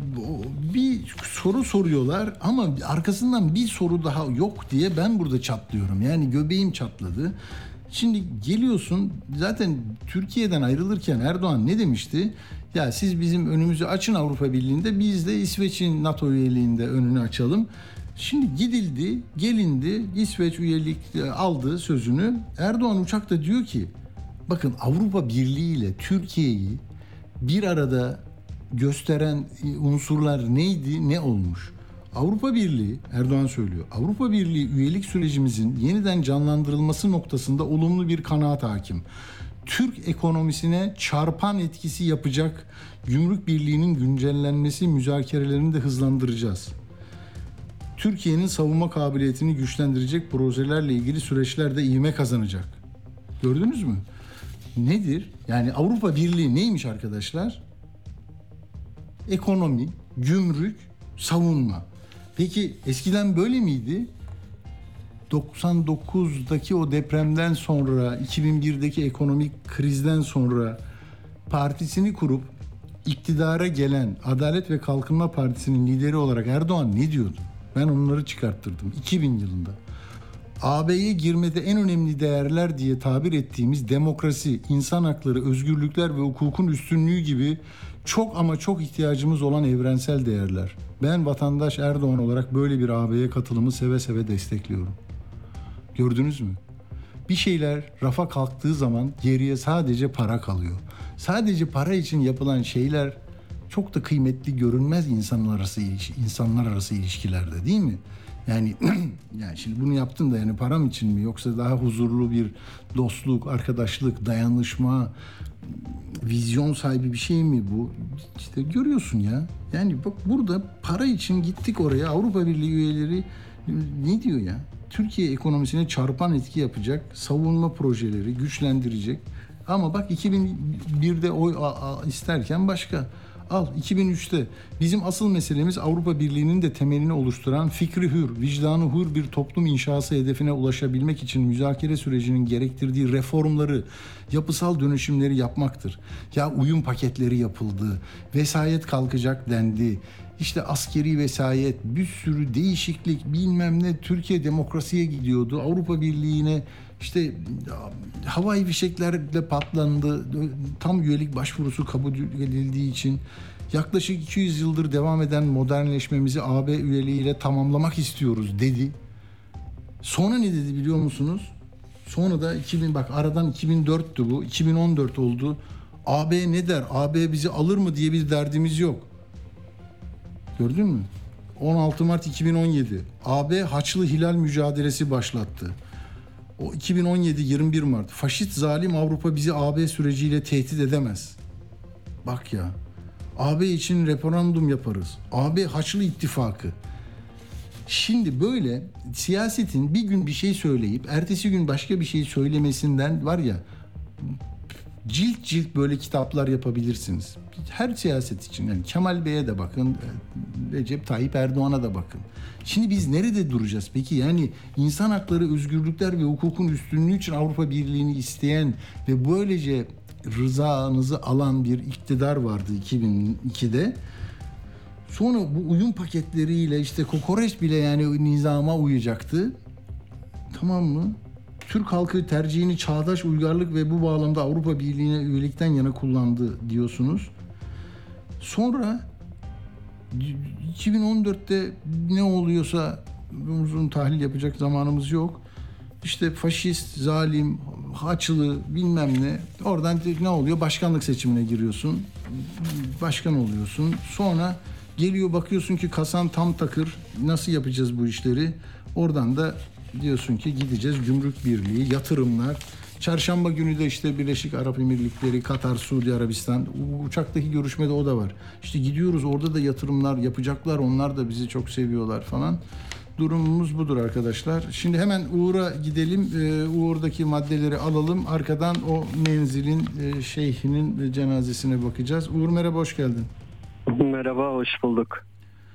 bir soru soruyorlar ama arkasından bir soru daha yok diye ben burada çatlıyorum. Yani göbeğim çatladı. Şimdi geliyorsun, zaten Türkiye'den ayrılırken Erdoğan ne demişti? Ya siz bizim önümüzü açın Avrupa Birliği'nde, biz de İsveç'in NATO üyeliğinde önünü açalım. Şimdi gidildi, gelindi, İsveç üyelik aldı sözünü. Erdoğan uçakta diyor ki, bakın Avrupa Birliği ile Türkiye'yi bir arada gösteren unsurlar neydi, ne olmuş? Avrupa Birliği, Erdoğan söylüyor, Avrupa Birliği üyelik sürecimizin yeniden canlandırılması noktasında olumlu bir kanaat hakim. Türk ekonomisine çarpan etkisi yapacak Gümrük Birliği'nin güncellenmesi müzakerelerini de hızlandıracağız. Türkiye'nin savunma kabiliyetini güçlendirecek projelerle ilgili süreçler de ivme kazanacak. Gördünüz mü? Nedir? Yani Avrupa Birliği neymiş arkadaşlar? Ekonomi, gümrük, savunma. Peki eskiden böyle miydi? doksan dokuzdaki o depremden sonra, iki bin birdeki ekonomik krizden sonra partisini kurup iktidara gelen Adalet ve Kalkınma Partisi'nin lideri olarak Erdoğan ne diyordu? Ben onları çıkarttırdım iki bin yılında. A B'ye girmede en önemli değerler diye tabir ettiğimiz demokrasi, insan hakları, özgürlükler ve hukukun üstünlüğü gibi çok ama çok ihtiyacımız olan evrensel değerler. Ben vatandaş Erdoğan olarak böyle bir A B'ye katılımı seve seve destekliyorum. Gördünüz mü? Bir şeyler rafa kalktığı zaman geriye sadece para kalıyor. Sadece para için yapılan şeyler çok da kıymetli görünmez insanlar arası insanlar arası ilişkilerde, değil mi? Yani yani şimdi bunu yaptın da yani param için mi, yoksa daha huzurlu bir dostluk, arkadaşlık, dayanışma, vizyon sahibi bir şey mi bu? İşte görüyorsun ya. Yani bak, burada para için gittik oraya. Avrupa Birliği üyeleri ne diyor ya? Türkiye ekonomisine çarpan etki yapacak savunma projeleri güçlendirecek. Ama bak iki bin birde oy a, a, isterken başka. Al iki bin üçte bizim asıl meselemiz Avrupa Birliği'nin de temelini oluşturan fikri hür, vicdanı hür bir toplum inşası hedefine ulaşabilmek için müzakere sürecinin gerektirdiği reformları, yapısal dönüşümleri yapmaktır. Ya uyum paketleri yapıldı, vesayet kalkacak dendi. İşte askeri vesayet, bir sürü değişiklik, bilmem ne, Türkiye demokrasiye gidiyordu. Avrupa Birliği'ne işte havai fişeklerle patlandı. Tam üyelik başvurusu kabul edildiği için yaklaşık iki yüz yıldır devam eden modernleşmemizi A B üyeliğiyle tamamlamak istiyoruz dedi. Sonra ne dedi biliyor musunuz? Sonra da iki bin, bak aradan iki bin dörttü bu. iki bin on dört oldu. A B ne der? A B bizi alır mı diye bir derdimiz yok. Gördün mü? on altı Mart iki bin on yedi A B Haçlı Hilal mücadelesi başlattı. O iki bin on yedi yirmi bir Mart faşist zalim Avrupa bizi A B süreciyle tehdit edemez. Bak ya, A B için referandum yaparız. A B Haçlı İttifakı. Şimdi böyle siyasetin bir gün bir şey söyleyip ertesi gün başka bir şey söylemesinden var ya, cilt cilt böyle kitaplar yapabilirsiniz. Her siyaset için, yani Kemal Bey'e de bakın, Recep Tayyip Erdoğan'a da bakın. Şimdi biz nerede duracağız peki? Yani insan hakları, özgürlükler ve hukukun üstünlüğü için Avrupa Birliği'ni isteyen ve böylece rızanızı alan bir iktidar vardı iki bin ikide. Sonra bu uyum paketleriyle işte kokoreç bile yani nizama uyacaktı. Tamam mı? Türk halkı tercihini çağdaş uygarlık ve bu bağlamda Avrupa Birliği'ne üyelikten yana kullandı diyorsunuz. Sonra iki bin on dörtte ne oluyorsa, uzun tahlil yapacak zamanımız yok. İşte faşist, zalim, Haçlı bilmem ne. Oradan ne oluyor? Başkanlık seçimine giriyorsun. Başkan oluyorsun. Sonra geliyor bakıyorsun ki kasan tam takır. Nasıl yapacağız bu işleri? Oradan da diyorsun ki gideceğiz gümrük birliği, yatırımlar. Çarşamba günü de işte Birleşik Arap Emirlikleri, Katar, Suudi Arabistan. Uçaktaki görüşmede o da var. İşte gidiyoruz, orada da yatırımlar yapacaklar. Onlar da bizi çok seviyorlar falan. Durumumuz budur arkadaşlar. Şimdi hemen Uğur'a gidelim. Ee, Uğur'daki maddeleri alalım. Arkadan o menzilin e, şeyhinin cenazesine bakacağız. Uğur merhaba, hoş geldin. Merhaba, hoş bulduk.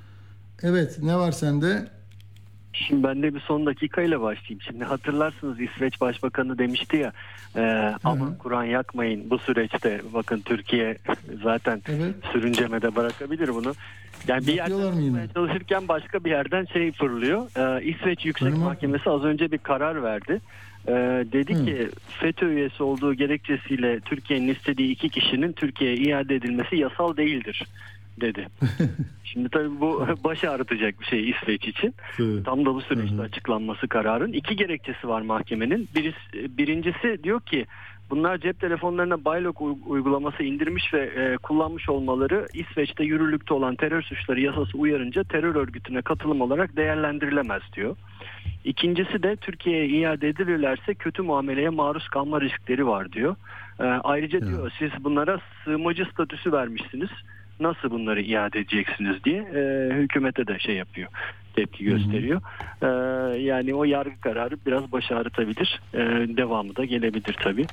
Evet, ne var sende? Şimdi ben de bir son dakikayla başlayayım. Şimdi hatırlarsınız İsveç Başbakanı demişti ya, e, aman Kur'an yakmayın bu süreçte. Bakın Türkiye zaten evet. sürüncemede bırakabilir bunu. Yani bir yerden tutmaya çalışırken başka bir yerden şey fırlıyor. E, İsveç Yüksek Fırma. Mahkemesi az önce bir karar verdi. E, dedi Hı. ki FETÖ üyesi olduğu gerekçesiyle Türkiye'nin istediği iki kişinin Türkiye'ye iade edilmesi yasal değildir dedi. Şimdi tabii bu baş ağrıtacak bir şey İsveç için. Evet. Tam da bu süreçte Hı-hı. açıklanması kararın. İki gerekçesi var mahkemenin. Birisi, birincisi diyor ki bunlar cep telefonlarına Baylok uygulaması indirmiş ve e, kullanmış olmaları İsveç'te yürürlükte olan terör suçları yasası uyarınca terör örgütüne katılım olarak değerlendirilemez diyor. İkincisi de Türkiye'ye iade edilirlerse kötü muameleye maruz kalma riskleri var diyor. E, ayrıca evet. diyor siz bunlara sığınmacı statüsü vermişsiniz. Nasıl bunları iade edeceksiniz diye e, hükümete de şey yapıyor, tepki gösteriyor. E, yani o yargı kararı biraz baş ağrıtabilir. E, devamı da gelebilir tabii.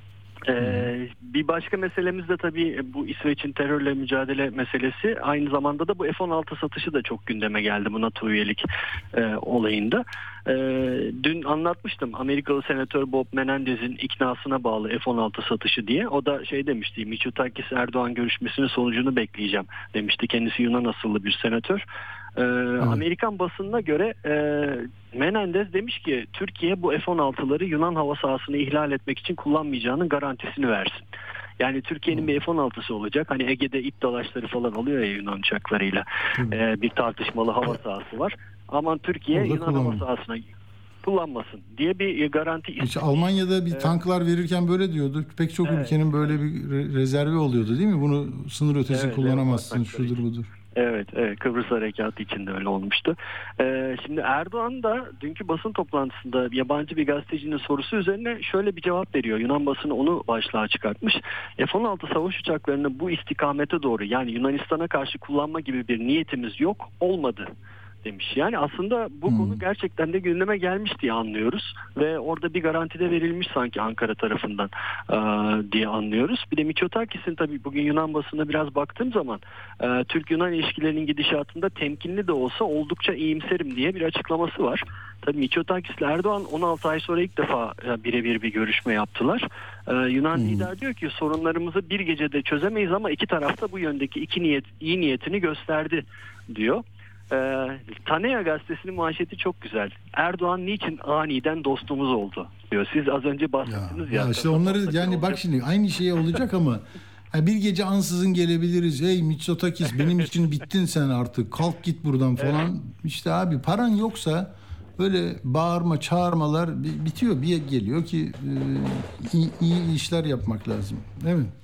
Ee, bir başka meselemiz de tabii bu İsveç'in terörle mücadele meselesi. Aynı zamanda da bu F on altı satışı da çok gündeme geldi bu NATO üyelik e, olayında. E, dün anlatmıştım Amerikalı senatör Bob Menendez'in iknasına bağlı F on altı satışı diye. O da şey demişti, Mitsotakis Erdoğan görüşmesinin sonucunu bekleyeceğim demişti. Kendisi Yunan asıllı bir senatör. Ee, Amerikan basınına göre e, Menendez demiş ki Türkiye bu F on altıları Yunan hava sahasını ihlal etmek için kullanmayacağının garantisini versin. Yani Türkiye'nin bir F on altısı olacak. Hani Ege'de ip dalaşları falan oluyor ya Yunan uçaklarıyla. Ee, bir tartışmalı hava sahası var. Aman Türkiye Orada Yunan kullanın. hava sahasına kullanmasın diye bir garanti istiyor. İşte Almanya'da bir evet. tanklar verirken böyle diyordu. Pek çok evet. ülkenin böyle bir rezervi oluyordu değil mi? Bunu sınır ötesi evet, kullanamazsın. Evet, şudur budur. Evet, evet, Kıbrıs Harekatı için de öyle olmuştu. Ee, şimdi Erdoğan da dünkü basın toplantısında yabancı bir gazetecinin sorusu üzerine şöyle bir cevap veriyor. Yunan basını onu başlığa çıkartmış. F on altı savaş uçaklarını bu istikamete doğru, yani Yunanistan'a karşı kullanma gibi bir niyetimiz yok, olmadı demiş. Yani aslında bu hmm. konu gerçekten de gündeme gelmiş diye anlıyoruz ve orada bir garanti de verilmiş sanki Ankara tarafından e, diye anlıyoruz. Bir de Mitsotakis'in tabii bugün Yunan basına biraz baktığım zaman e, Türk-Yunan ilişkilerinin gidişatında temkinli de olsa oldukça iyimserim diye bir açıklaması var. Tabii Mitsotakis'le Erdoğan on altı ay sonra ilk defa e, birebir bir görüşme yaptılar. E, Yunan hmm. lider diyor ki sorunlarımızı bir gecede çözemeyiz ama iki taraf da bu yöndeki iki niyet, iyi niyetini gösterdi diyor. Ee, Tanea gazetesinin manşeti çok güzel. Erdoğan niçin aniden dostumuz oldu diyor. Siz az önce bahsettiniz ya. Ya, ya işte onları yani olacak. Bak şimdi aynı şey olacak ama yani bir gece ansızın gelebiliriz. Hey Mitsotakis benim için bittin sen artık. Kalk git buradan falan. Evet. İşte abi paran yoksa böyle bağırma çağırmalar bitiyor. Bir geliyor ki iyi, iyi işler yapmak lazım. Değil mi?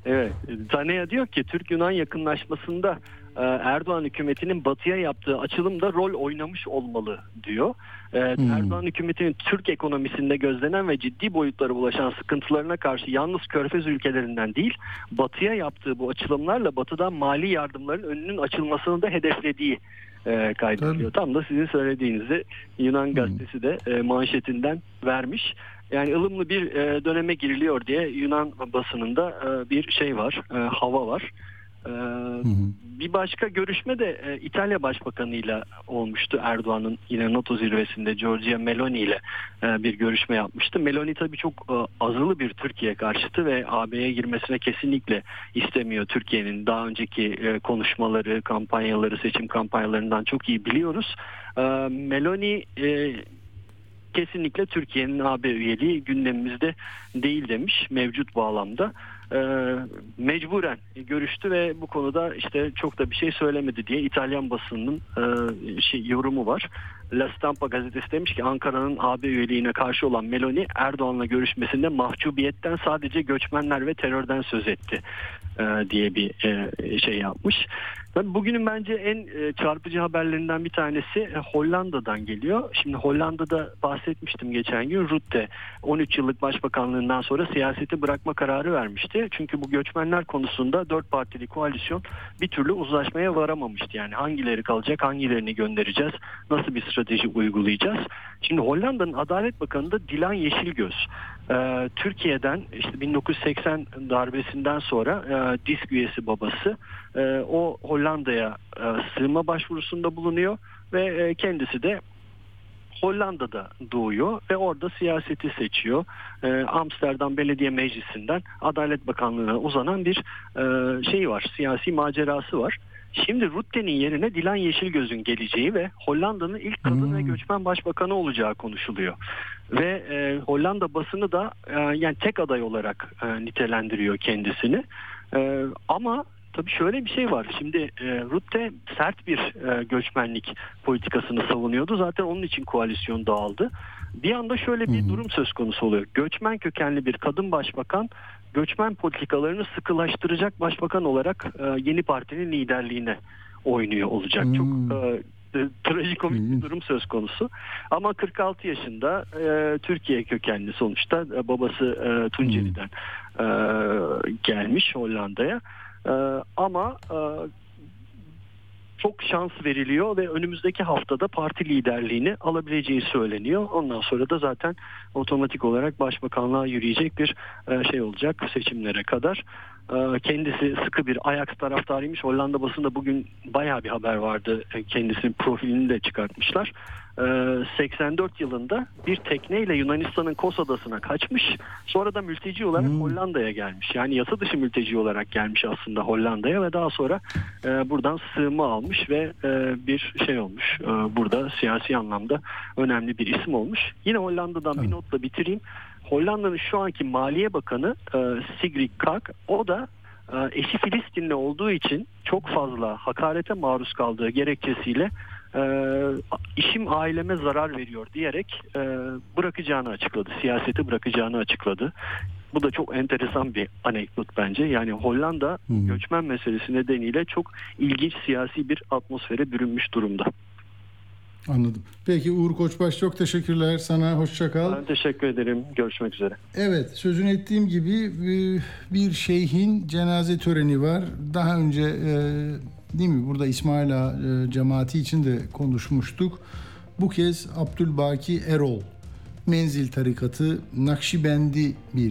Evet. Tanea diyor ki Türk-Yunan yakınlaşmasında Erdoğan hükümetinin batıya yaptığı açılımda rol oynamış olmalı diyor. Hmm. Erdoğan hükümetinin Türk ekonomisinde gözlenen ve ciddi boyutlara ulaşan sıkıntılarına karşı yalnız Körfez ülkelerinden değil, batıya yaptığı bu açılımlarla batıdan mali yardımların önünün açılmasını da hedeflediği e, kaydediliyor. Tabii. Tam da sizin söylediğinizi Yunan gazetesi de e, manşetinden vermiş. Yani ılımlı bir e, döneme giriliyor diye Yunan basınında e, bir şey var, e, hava var. Ee, hı hı. Bir başka görüşme de e, İtalya Başbakanı ile olmuştu. Erdoğan'ın yine NATO zirvesinde Giorgia Meloni ile e, bir görüşme yapmıştı. Meloni tabii çok e, azılı bir Türkiye karşıtı ve A B'ye girmesine kesinlikle istemiyor Türkiye'nin. Daha önceki e, konuşmaları, kampanyaları, seçim kampanyalarından çok iyi biliyoruz. E, Meloni e, kesinlikle Türkiye'nin A B üyeliği gündemimizde değil demiş mevcut bağlamda. Ee, mecburen görüştü ve bu konuda işte çok da bir şey söylemedi diye İtalyan basınının e, şey yorumu var. La Stampa gazetesi demiş ki Ankara'nın A B üyeliğine karşı olan Meloni Erdoğan'la görüşmesinde mahcubiyetten sadece göçmenler ve terörden söz etti e, diye bir e, şey yapmış. Tabii bugünün bence en e, çarpıcı haberlerinden bir tanesi e, Hollanda'dan geliyor. Şimdi Hollanda'da bahsetmiştim geçen gün. Rutte on üç yıllık başbakanlığından sonra siyaseti bırakma kararı vermişti. Çünkü bu göçmenler konusunda dört partili koalisyon bir türlü uzlaşmaya varamamıştı. Yani hangileri kalacak, hangilerini göndereceğiz, nasıl bir strateji uygulayacağız. Şimdi Hollanda'nın Adalet Bakanı da Dilan Yeşilgöz. Ee, Türkiye'den işte bin dokuz yüz seksen darbesinden sonra e, DİSK üyesi babası e, o Hollanda'ya e, sığınma başvurusunda bulunuyor ve e, kendisi de Hollanda'da doğuyor ve orada siyaseti seçiyor. E, Amsterdam Belediye Meclisi'nden Adalet Bakanlığı'na uzanan bir e, şey var, siyasi macerası var. Şimdi Rutte'nin yerine Dilan Yeşilgöz'ün geleceği ve Hollanda'nın ilk kadın hmm. ve göçmen başbakanı olacağı konuşuluyor. Ve e, Hollanda basını da e, yani tek aday olarak e, nitelendiriyor kendisini. E, ama tabii şöyle bir şey var. Şimdi e, Rutte sert bir e, göçmenlik politikasını savunuyordu. Zaten onun için koalisyon dağıldı. Bir anda şöyle bir hmm. durum söz konusu oluyor. Göçmen kökenli bir kadın başbakan göçmen politikalarını sıkılaştıracak başbakan olarak e, yeni partinin liderliğine oynuyor olacak. Hmm. Çok e, e, trajikomik hmm. bir durum söz konusu. Ama kırk altı yaşında e, Türkiye kökenli sonuçta e, babası e, Tunceli'den hmm. e, gelmiş Hollanda'ya. E, ama e, çok şans veriliyor ve önümüzdeki haftada parti liderliğini alabileceği söyleniyor. Ondan sonra da zaten otomatik olarak başbakanlığa yürüyecek bir şey olacak seçimlere kadar. Kendisi sıkı bir Ajax taraftarıymış. Hollanda basında bugün bayağı bir haber vardı. Kendisinin profilini de çıkartmışlar. seksen dört yılında bir tekneyle Yunanistan'ın Kos Adası'na kaçmış. Sonra da mülteci olarak hmm. Hollanda'ya gelmiş. Yani yasa dışı mülteci olarak gelmiş aslında Hollanda'ya ve daha sonra e, buradan sığınma almış ve e, bir şey olmuş. E, burada siyasi anlamda önemli bir isim olmuş. Yine Hollanda'dan hmm. bir notla bitireyim. Hollanda'nın şu anki Maliye Bakanı e, Sigrid Kaag, o da e, eşi Filistinli olduğu için çok fazla hakarete maruz kaldığı gerekçesiyle e, işim aileme zarar veriyor diyerek e, bırakacağını açıkladı. Siyaseti bırakacağını açıkladı. Bu da çok enteresan bir anekdot bence. Yani Hollanda hmm. göçmen meselesi nedeniyle çok ilginç siyasi bir atmosfere bürünmüş durumda. Anladım. Peki Uğur Koçbaş, çok teşekkürler sana. Hoşça kal. Ben teşekkür ederim. Görüşmek üzere. Evet, sözünü ettiğim gibi bir şeyhin cenaze töreni var. Daha önce değil mi burada İsmail Ağa cemaati için de konuşmuştuk. Bu kez Abdülbaki Erol, Menzil tarikatı, Nakşibendi bir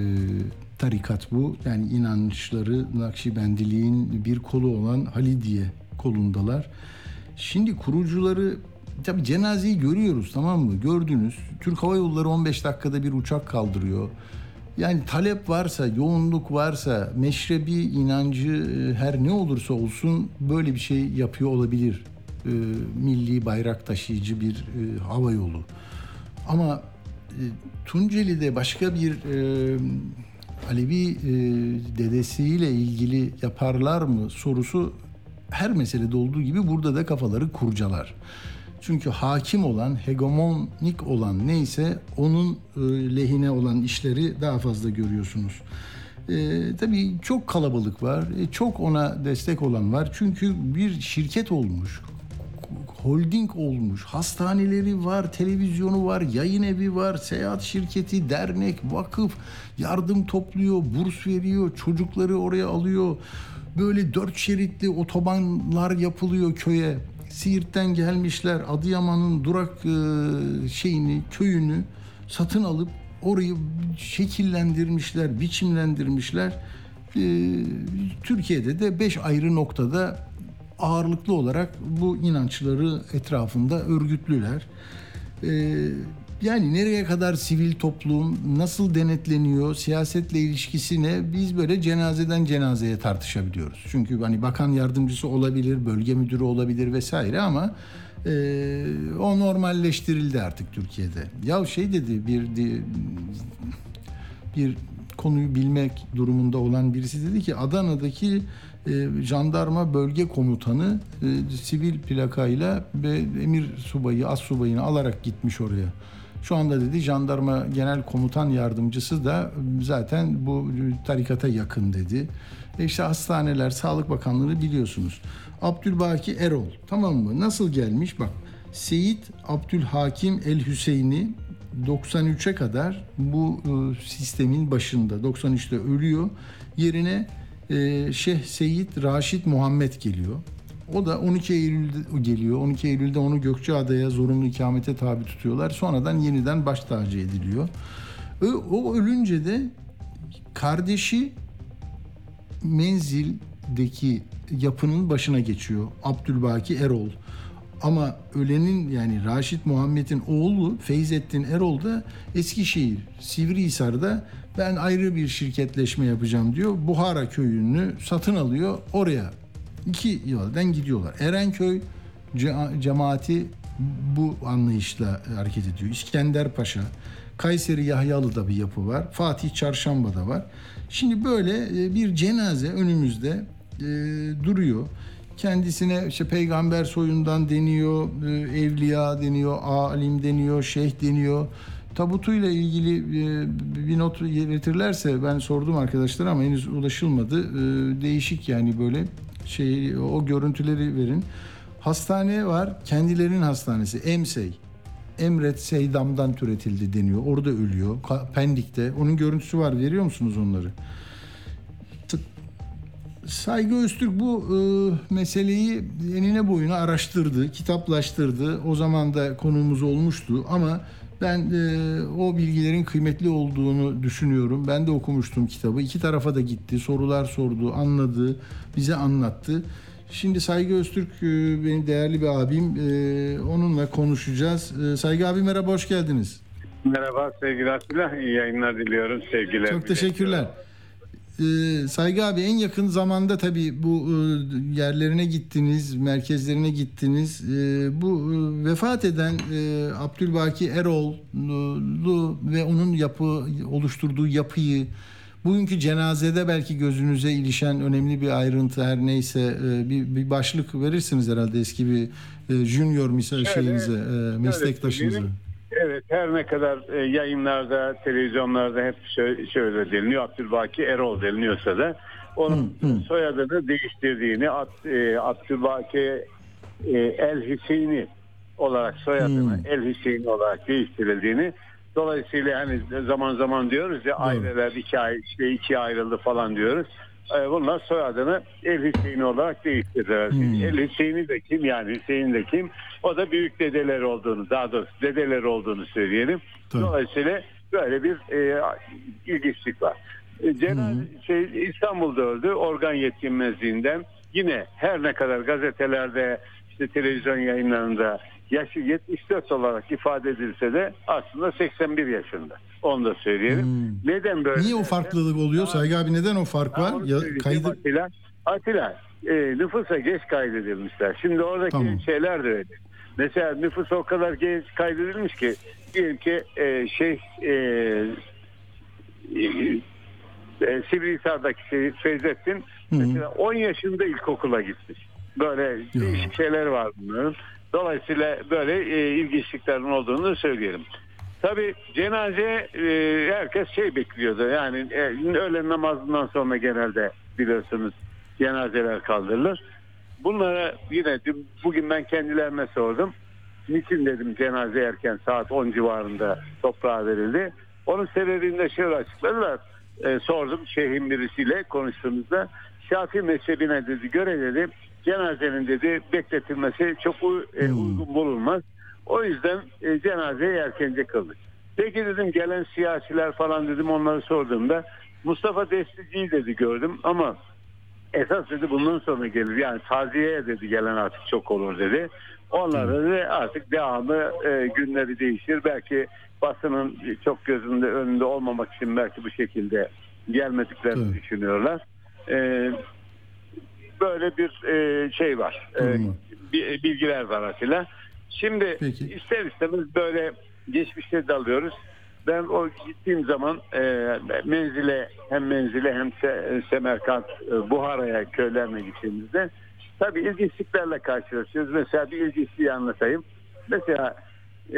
tarikat bu. Yani inançları Nakşibendiliğin bir kolu olan Halidiye kolundalar. Şimdi kurucuları, tabii cenazeyi görüyoruz, tamam mı? Gördünüz. Türk Hava Yolları on beş dakikada bir uçak kaldırıyor. Yani talep varsa, yoğunluk varsa, meşrebi inancı her ne olursa olsun böyle bir şey yapıyor olabilir. E, milli bayrak taşıyıcı bir e, hava yolu. Ama e, Tunceli'de başka bir e, Alevi e, dedesiyle ilgili yaparlar mı sorusu her meselede olduğu gibi burada da kafaları kurcalar. Çünkü hakim olan, hegemonik olan neyse onun e, lehine olan işleri daha fazla görüyorsunuz. E, tabii çok kalabalık var. E, çok ona destek olan var. Çünkü bir şirket olmuş. Holding olmuş. Hastaneleri var, televizyonu var, yayın evi var, seyahat şirketi, dernek, vakıf yardım topluyor, burs veriyor, çocukları oraya alıyor. Böyle dört şeritli otobanlar yapılıyor köye. Siirt'ten gelmişler, Adıyaman'ın Durak e, şeyini, köyünü satın alıp orayı şekillendirmişler, biçimlendirmişler. E, Türkiye'de de beş ayrı noktada ağırlıklı olarak bu inançları etrafında örgütlüler. Ee, yani nereye kadar sivil toplum, nasıl denetleniyor, siyasetle ilişkisi ne? Biz böyle cenazeden cenazeye tartışabiliyoruz. Çünkü hani bakan yardımcısı olabilir, bölge müdürü olabilir vesaire ama e, o normalleştirildi artık Türkiye'de. Ya şey dedi bir bir konuyu bilmek durumunda olan birisi dedi ki Adana'daki e, jandarma bölge komutanı e, sivil plakayla ve emir subayı, as subayını alarak gitmiş oraya. Şu anda dedi jandarma genel komutan yardımcısı da zaten bu tarikata yakın dedi. E işte hastaneler, Sağlık Bakanlığı biliyorsunuz. Abdülbaki Erol, tamam mı? Nasıl gelmiş? Bak, Seyit Abdülhakim El Hüseyin'i doksan üçe kadar bu e, sistemin başında, doksan üçte ölüyor. Yerine e, Şeyh Seyit Raşit Muhammed geliyor. O da on iki Eylül'de geliyor. on iki Eylül'de onu Gökçeada'ya zorunlu ikamete tabi tutuyorlar. Sonradan yeniden baş tacı ediliyor. O, o ölünce de kardeşi Menzil'deki yapının başına geçiyor. Abdülbaki Erol. Ama ölenin yani Raşit Muhammed'in oğlu Feyzettin Erol da Eskişehir, Sivrihisar'da ben ayrı bir şirketleşme yapacağım diyor. Buhara köyünü satın alıyor. Oraya iki yoldan gidiyorlar. Erenköy ce- cemaati bu anlayışla hareket ediyor. İskenderpaşa, Kayseri Yahyalı'da bir yapı var. Fatih Çarşamba'da var. Şimdi böyle bir cenaze önümüzde e, duruyor. Kendisine işte peygamber soyundan deniyor, evliya deniyor, alim deniyor, şeyh deniyor. Tabutuyla ilgili bir not getirirlerse ben sordum arkadaşlar ama henüz ulaşılmadı. Değişik yani böyle şey o görüntüleri verin. Hastane var, kendilerinin hastanesi Emsey. Emret Seydam'dan türetildi deniyor. Orada ölüyor. Pendik'te. Onun görüntüsü var. Veriyor musunuz onları? Saygı Öztürk bu e, meseleyi enine boyuna araştırdı, kitaplaştırdı. O zaman da konuğumuz olmuştu ama ben e, o bilgilerin kıymetli olduğunu düşünüyorum. Ben de okumuştum kitabı. İki tarafa da gitti, sorular sordu, anladı, bize anlattı. Şimdi Saygı Öztürk e, benim değerli bir abim, e, onunla konuşacağız. E, Saygı abi merhaba, hoş geldiniz. Merhaba sevgili Atilla, iyi yayınlar diliyorum, sevgiler. Çok teşekkürler. Ee, Saygı abi en yakın zamanda tabii bu e, yerlerine gittiniz, merkezlerine gittiniz. E, bu e, vefat eden e, Abdülbaki Erol'lu ve onun yapı oluşturduğu yapıyı bugünkü cenazede belki gözünüze ilişen önemli bir ayrıntı her neyse e, bir, bir başlık verirsiniz herhalde eski bir e, junior misal şeyinize, e, meslektaşınıza. Evet, her ne kadar e, yayınlarda, televizyonlarda hep şöyle, şöyle deniliyor, Abdülbaki Erol deniliyorsa da onun hı, hı. soyadını değiştirdiğini, At, e, Abdülbaki e, El Hüseyini olarak soyadını hı. El Hüseyini olarak değiştirildiğini, dolayısıyla hani zaman zaman diyoruz ya, hı. aileler iki, işte ikiye ayrıldı falan diyoruz. Bunlar soyadını El Hüseyini olarak değiştirdiler. Hmm. El Hüseyini de kim, yani Hüseyin de kim? O da büyük dedeler olduğunu, daha doğrusu dedeler olduğunu söyleyelim. Tabii. Dolayısıyla böyle bir e, ilginçlik var. E, Cenaze hmm. şey, İstanbul'da öldü, organ yetkinmezliğinden. Yine her ne kadar gazetelerde, işte televizyon yayınlarında yaşı yetmiş dört olarak ifade edilse de aslında seksen bir yaşında. Onu da söyleyelim. Hmm. Neden böyle? Niye o farklılık oluyor? Saygı abi neden o fark var? Ya, kaydı... Atilla, Atilla e, nüfusa geç kaydedilmişler. Şimdi oradaki tamam. şeyler de öyle. Mesela nüfus o kadar geç kaydedilmiş ki diyelim ki e, şey e, e, Sivrihisar'daki şey, Feyzettin hmm. mesela on yaşında ilkokula gitmiş. Böyle ya. değişik şeyler var bunların. Dolayısıyla böyle e, ilginçliklerin olduğunu söyleyelim. Tabii cenaze e, herkes şey bekliyordu. Yani e, öğlen namazından sonra genelde biliyorsunuz cenazeler kaldırılır. Bunlara yine bugün ben kendilerine sordum. Niçin dedim cenaze erken saat on civarında toprağa verildi. Onun sebebini de şöyle açıkladılar. E, sordum şeyhin birisiyle konuştuğumuzda. Şafii mezhebine dedi göre dedi cenazenin dedi bekletilmesi çok u, e, uygun bulunmaz. O yüzden e, cenazeyi erkence kıldık. Peki dedim gelen siyasiler falan dedim onları sorduğumda Mustafa Destici'yi dedi gördüm ama esas dedi bundan sonra gelir. Yani taziyeye dedi gelen artık çok olur dedi. Onlara dedi artık devamı e, günleri değişir. Belki basının çok gözünde önünde olmamak için belki bu şekilde gelmediklerini evet. düşünüyorlar. E, böyle bir e, şey var. E, bilgiler var Atilla. Şimdi Peki. ister istemez böyle geçmişe dalıyoruz. Ben o gittiğim zaman e, menzile hem menzile hem se, Semerkant, e, Buhara'ya köylerine gittiğimizde tabii ilginçliklerle karşılaşıyoruz. Mesela bir ilginçliği anlatayım. Mesela e,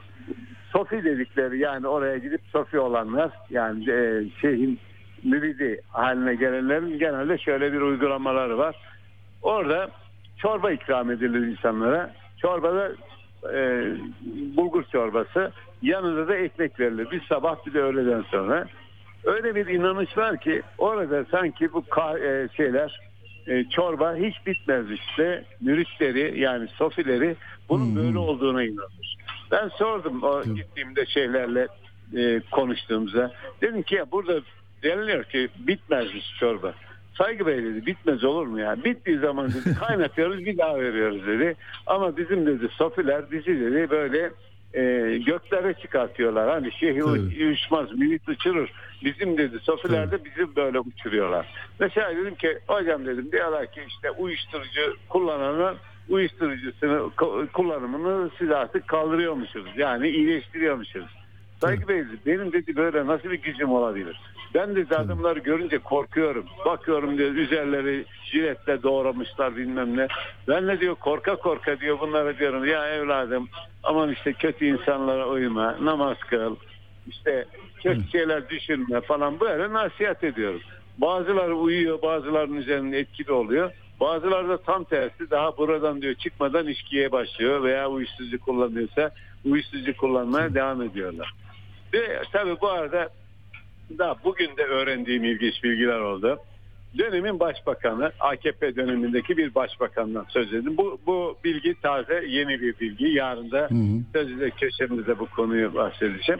Sofi dedikleri yani oraya gidip Sofi olanlar yani e, şeyhin müridi haline gelenlerin genelde şöyle bir uygulamaları var. Orada çorba ikram edilir insanlara. Çorbada e, bulgur çorbası yanında da ekmek verilir. Bir sabah bir de öğleden sonra. Öyle bir inanış var ki orada sanki bu e, şeyler e, çorba hiç bitmez işte. Müritleri yani sofileri bunun hmm. böyle olduğuna inanır. Ben sordum o gittiğimde şeylerle e, konuştuğumuzda. Dedim ki ya burada deniliyor ki bitmezmiş çorba. Saygı Bey dedi bitmez olur mu ya? Bittiği zaman dedi kaynatıyoruz bir daha veriyoruz dedi. Ama bizim dedi sofiler bizi dedi böyle e, göklere çıkartıyorlar. Hani şehir uçmaz, mürit uçurur. Bizim dedi sofiler de bizi böyle uçuruyorlar. Mesela dedim ki hocam dedim diyorlar ki işte uyuşturucu kullananlar uyuşturucusunu kullanımını siz artık kaldırıyormuşsunuz. Yani iyileştiriyormuşsunuz. Saygı Bey benim dedi böyle nasıl bir gücüm olabilir? Ben de adamları görünce korkuyorum. Bakıyorum diyor üzerleri jiletle doğramışlar bilmem ne. Ben de diyor korka korka diyor bunlara diyorum ya evladım aman işte kötü insanlara uyma, namaz kıl, işte kötü şeyler düşünme falan böyle nasihat ediyorum. Bazıları uyuyor, bazılarının üzerinde etkili oluyor. Bazıları da tam tersi daha buradan diyor çıkmadan içkiye başlıyor veya uyuşturucu kullanıyorsa uyuşturucu kullanmaya devam ediyorlar. Ve tabii bu arada daha bugün de öğrendiğim ilginç bilgiler oldu. Dönemin başbakanı, A K P dönemindeki bir başbakandan söz edin. Bu, bu bilgi taze, yeni bir bilgi. Yarın da sözde köşemizde bu konuyu bahsedeceğim.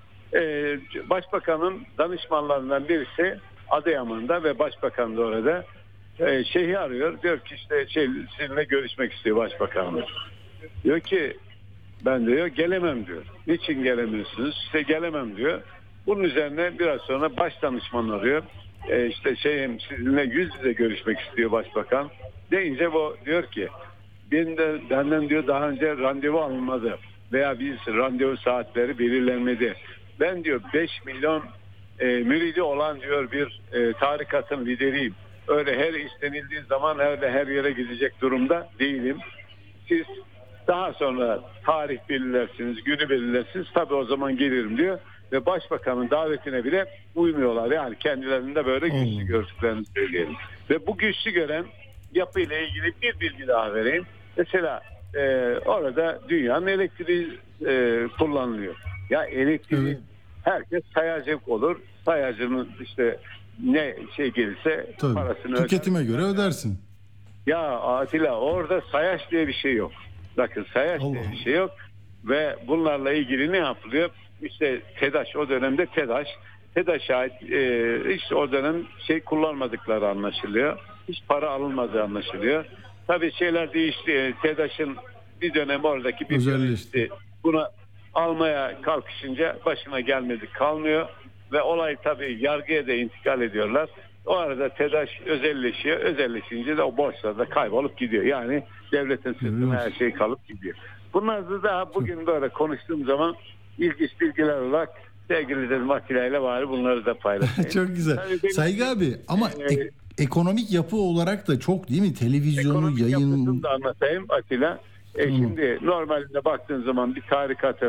Ee, başbakanın danışmanlarından birisi Adıyaman'da ve başbakan da orada e, şeyhi arıyor. Diyor ki işte şey, sizinle görüşmek istiyor başbakanımız. Diyor ki ben diyor gelemem diyor. Niçin gelemiyorsunuz? İşte gelemem diyor. Bunun üzerine biraz sonra baş danışman arıyor. E işte şeyim sizinle yüz yüze görüşmek istiyor başbakan. Deyince bu diyor ki ben de, benden diyor daha önce randevu alınmadı. Veya biz randevu saatleri belirlenmedi. Ben diyor beş milyon e, müridi olan diyor bir e, tarikatın lideriyim. Öyle her istenildiği zaman öyle her yere gidecek durumda değilim. Siz daha sonra tarih belirlersiniz, günü belirlersiniz. Tabii o zaman gelirim diyor. Ve başbakanın davetine bile uymuyorlar. Yani kendilerinde böyle güçlü gördüklerini söyleyelim. Ve bu güçlü gören yapıyla ilgili bir bilgi daha vereyim. Mesela e, orada dünyanın elektriği e, kullanılıyor. Ya elektriği evet. herkes sayacak olur. Sayacının işte ne şey gelirse Tabii. parasını tüketime öder. göre ödersin. Ya Atilla orada sayaç diye bir şey yok. Bakın sayaç Allah. diye bir şey yok. Ve bunlarla ilgili ne yapılıyor? İşte TEDAŞ o dönemde TEDAŞ. TEDAŞ'a ait e, hiç o dönem şey kullanmadıkları anlaşılıyor. Hiç para alınmadığı anlaşılıyor. Tabii şeyler değişti. TEDAŞ'ın bir dönem oradaki bir yöneticisi buna almaya kalkışınca başına gelmedik kalmıyor. Ve olay tabii yargıya da intikal ediyorlar. O arada TEDAŞ özelleşiyor. Özelleşince de o borçlarda kaybolup gidiyor. Yani devletin sırtına her şey kalıp gidiyor. Bunlar da daha bugün böyle konuştuğum zaman ilginç bilgiler olarak sevgili dedim Atilla ile bari bunları da paylaşayım. Çok güzel. Benim, Saygı abi ama e, e, ekonomik yapı olarak da çok değil mi? Televizyonu, yayın... Ekonomik yapısını da anlatayım Atilla. E, şimdi normalde baktığın zaman bir tarikatın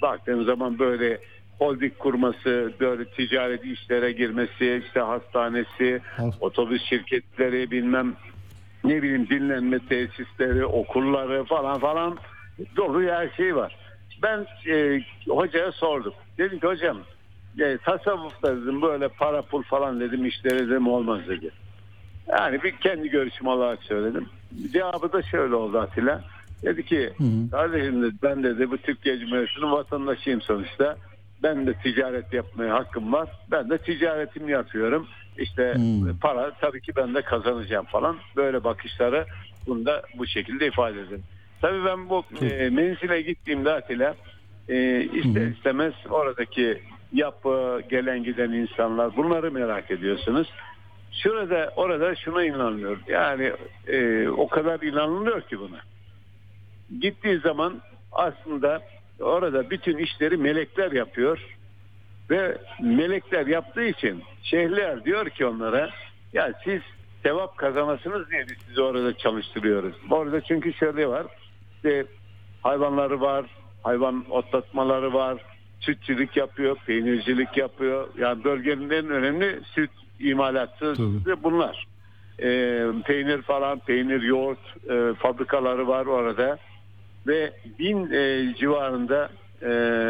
baktığım zaman böyle holding kurması, böyle ticaret işlere girmesi, işte hastanesi, otobüs şirketleri, bilmem ne bileyim dinlenme tesisleri, okulları falan falan dolu her şey var. Ben e, hocaya sordum. Dedim ki hocam e, tasavvufta dedim böyle para pul falan dedim işleri dedim olmaz dedi. Yani bir kendi görüşüm olarak söyledim. Cevabı da şöyle oldu Atilla. Dedi ki hı hı. kardeşim dedi, ben dedi bu Türkiye Cumhuriyeti'nin vatandaşıyım sonuçta. Ben de ticaret yapmaya hakkım var. Ben de ticaretimi yapıyorum. İşte hmm. para tabii ki ben de kazanacağım falan. Böyle bakışları bunu da bu şekilde ifade edin. Tabii ben bu e, menzile gittiğimde Atilla e, ister hmm. istemez oradaki yapı, gelen giden insanlar bunları merak ediyorsunuz. Şurada orada şuna inanılıyor. Yani e, o kadar inanılıyor ki buna. Gittiği zaman aslında orada bütün işleri melekler yapıyor ve melekler yaptığı için şeyhler diyor ki onlara ya siz sevap kazanasınız diye biz sizi orada çalıştırıyoruz. Orada çünkü şöyle var işte hayvanları var, hayvan otlatmaları var, sütçülük yapıyor, peynircilik yapıyor. Yani bölgenin en önemli süt imalatı bunlar. E, peynir falan, peynir, yoğurt e, fabrikaları var orada. Ve bin e, civarında e,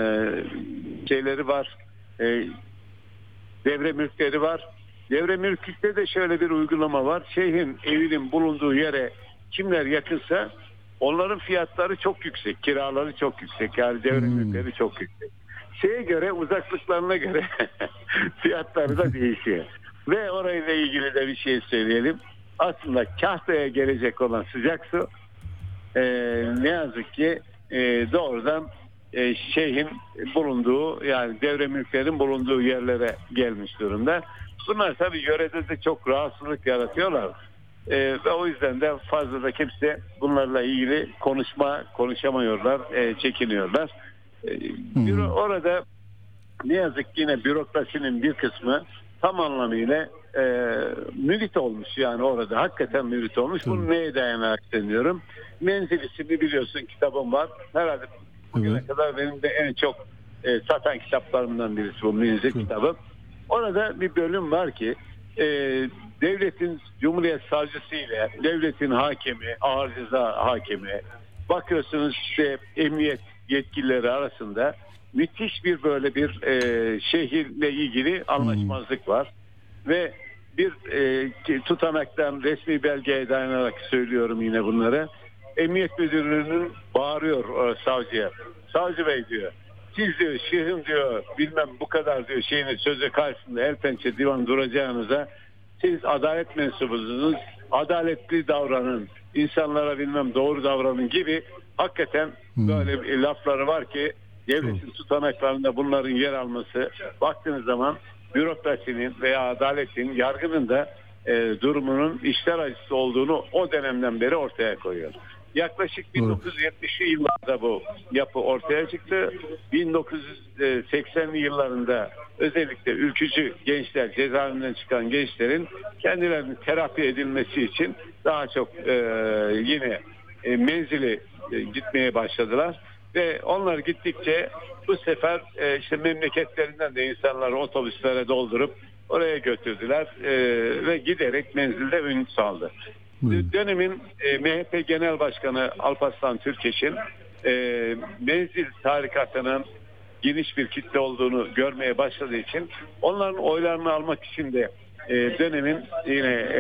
şeyleri var, e, devre mülkleri var. Devre mülkte de şöyle bir uygulama var. Şeyhin evinin bulunduğu yere kimler yakınsa onların fiyatları çok yüksek, kiraları çok yüksek. Yani devre hmm. mülkleri çok yüksek. Şeye göre, uzaklıklarına göre fiyatları da değişiyor. Ve orayla ilgili de bir şey söyleyelim. Aslında Kahta'ya gelecek olan sıcak su Ee, ne yazık ki e, doğrudan e, şeyhin bulunduğu yani devre mülklerin bulunduğu yerlere gelmiş durumda. Bunlar tabii yörede de çok rahatsızlık yaratıyorlar. E, ve o yüzden de fazla da kimse bunlarla ilgili konuşma konuşamıyorlar, e, çekiniyorlar. E, hmm. Orada ne yazık ki yine bürokrasinin bir kısmı tam anlamıyla e, mürit olmuş yani orada hakikaten mürit olmuş. Bunu neye dayanarak deniyorum? Menzil isimli biliyorsun kitabım var. Herhalde bugüne evet. kadar benim de en çok e, satan kitaplarımdan birisi bu Menzil evet. kitabı. Orada bir bölüm var ki e, devletin Cumhuriyet Savcısı ile devletin hakemi, ağır ceza hakemi bakıyorsunuz işte emniyet yetkilileri arasında müthiş bir böyle bir e, şehirle ilgili anlaşmazlık hmm. var. Ve bir e, tutanaktan resmi belgeye dayanarak söylüyorum yine bunları. Emniyet müdürlüğünün bağırıyor e, savcıya. Savcı bey diyor. Siz diyor şehrin diyor bilmem bu kadar diyor şeyini sözü karşısında el pençe divan duracağınıza siz adalet mensubusunuz. Adaletli davranın. İnsanlara bilmem doğru davranın gibi hakikaten hmm. böyle lafları var ki devletin tutanaklarında bunların yer alması baktığınız zaman bürokrasinin veya adaletin, yargının da e, durumunun işler acısı olduğunu o dönemden beri ortaya koyuyor. Yaklaşık bin dokuz yüz yetmişli yıllarda bu yapı ortaya çıktı. bin dokuz yüz seksenli yıllarında özellikle ülkücü gençler, cezaevinden çıkan gençlerin kendilerinin terapi edilmesi için daha çok e, yine e, menzili e, gitmeye başladılar. Ve onlar gittikçe bu sefer e, işte memleketlerinden de insanları otobüslere doldurup oraya götürdüler e, ve giderek menzilde ün saldı. Hmm. Dönemin e, M H P Genel Başkanı Alparslan Türkeş'in e, menzil tarikatının geniş bir kitle olduğunu görmeye başladığı için onların oylarını almak için de e, dönemin yine e,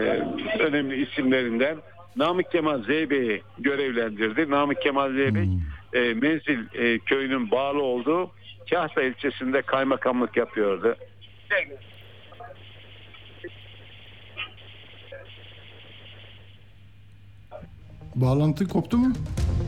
önemli isimlerinden Namık Kemal Zeybe'yi görevlendirdi. Namık Kemal Zeybek hmm. e, Menzil e, köyünün bağlı olduğu Kahta ilçesinde kaymakamlık yapıyordu. Bağlantı koptu mu?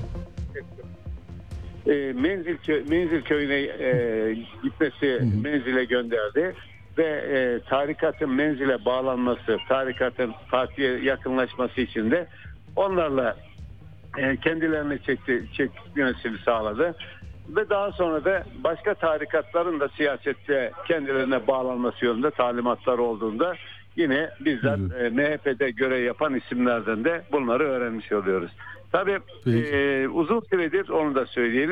E, Menzil, kö- Menzil köyüne e, gitmesi hmm. Menzil'e gönderdi. Ve e, tarikatın menzile bağlanması, tarikatın partiye yakınlaşması için de onlarla e, kendilerini çekti, çekmesini sağladı. Ve daha sonra da başka tarikatların da siyasette kendilerine bağlanması yolunda talimatlar olduğunda yine bizzat e, M H P'de görev yapan isimlerden de bunları öğrenmiş oluyoruz. Tabii e, uzun süredir onu da söyleyelim.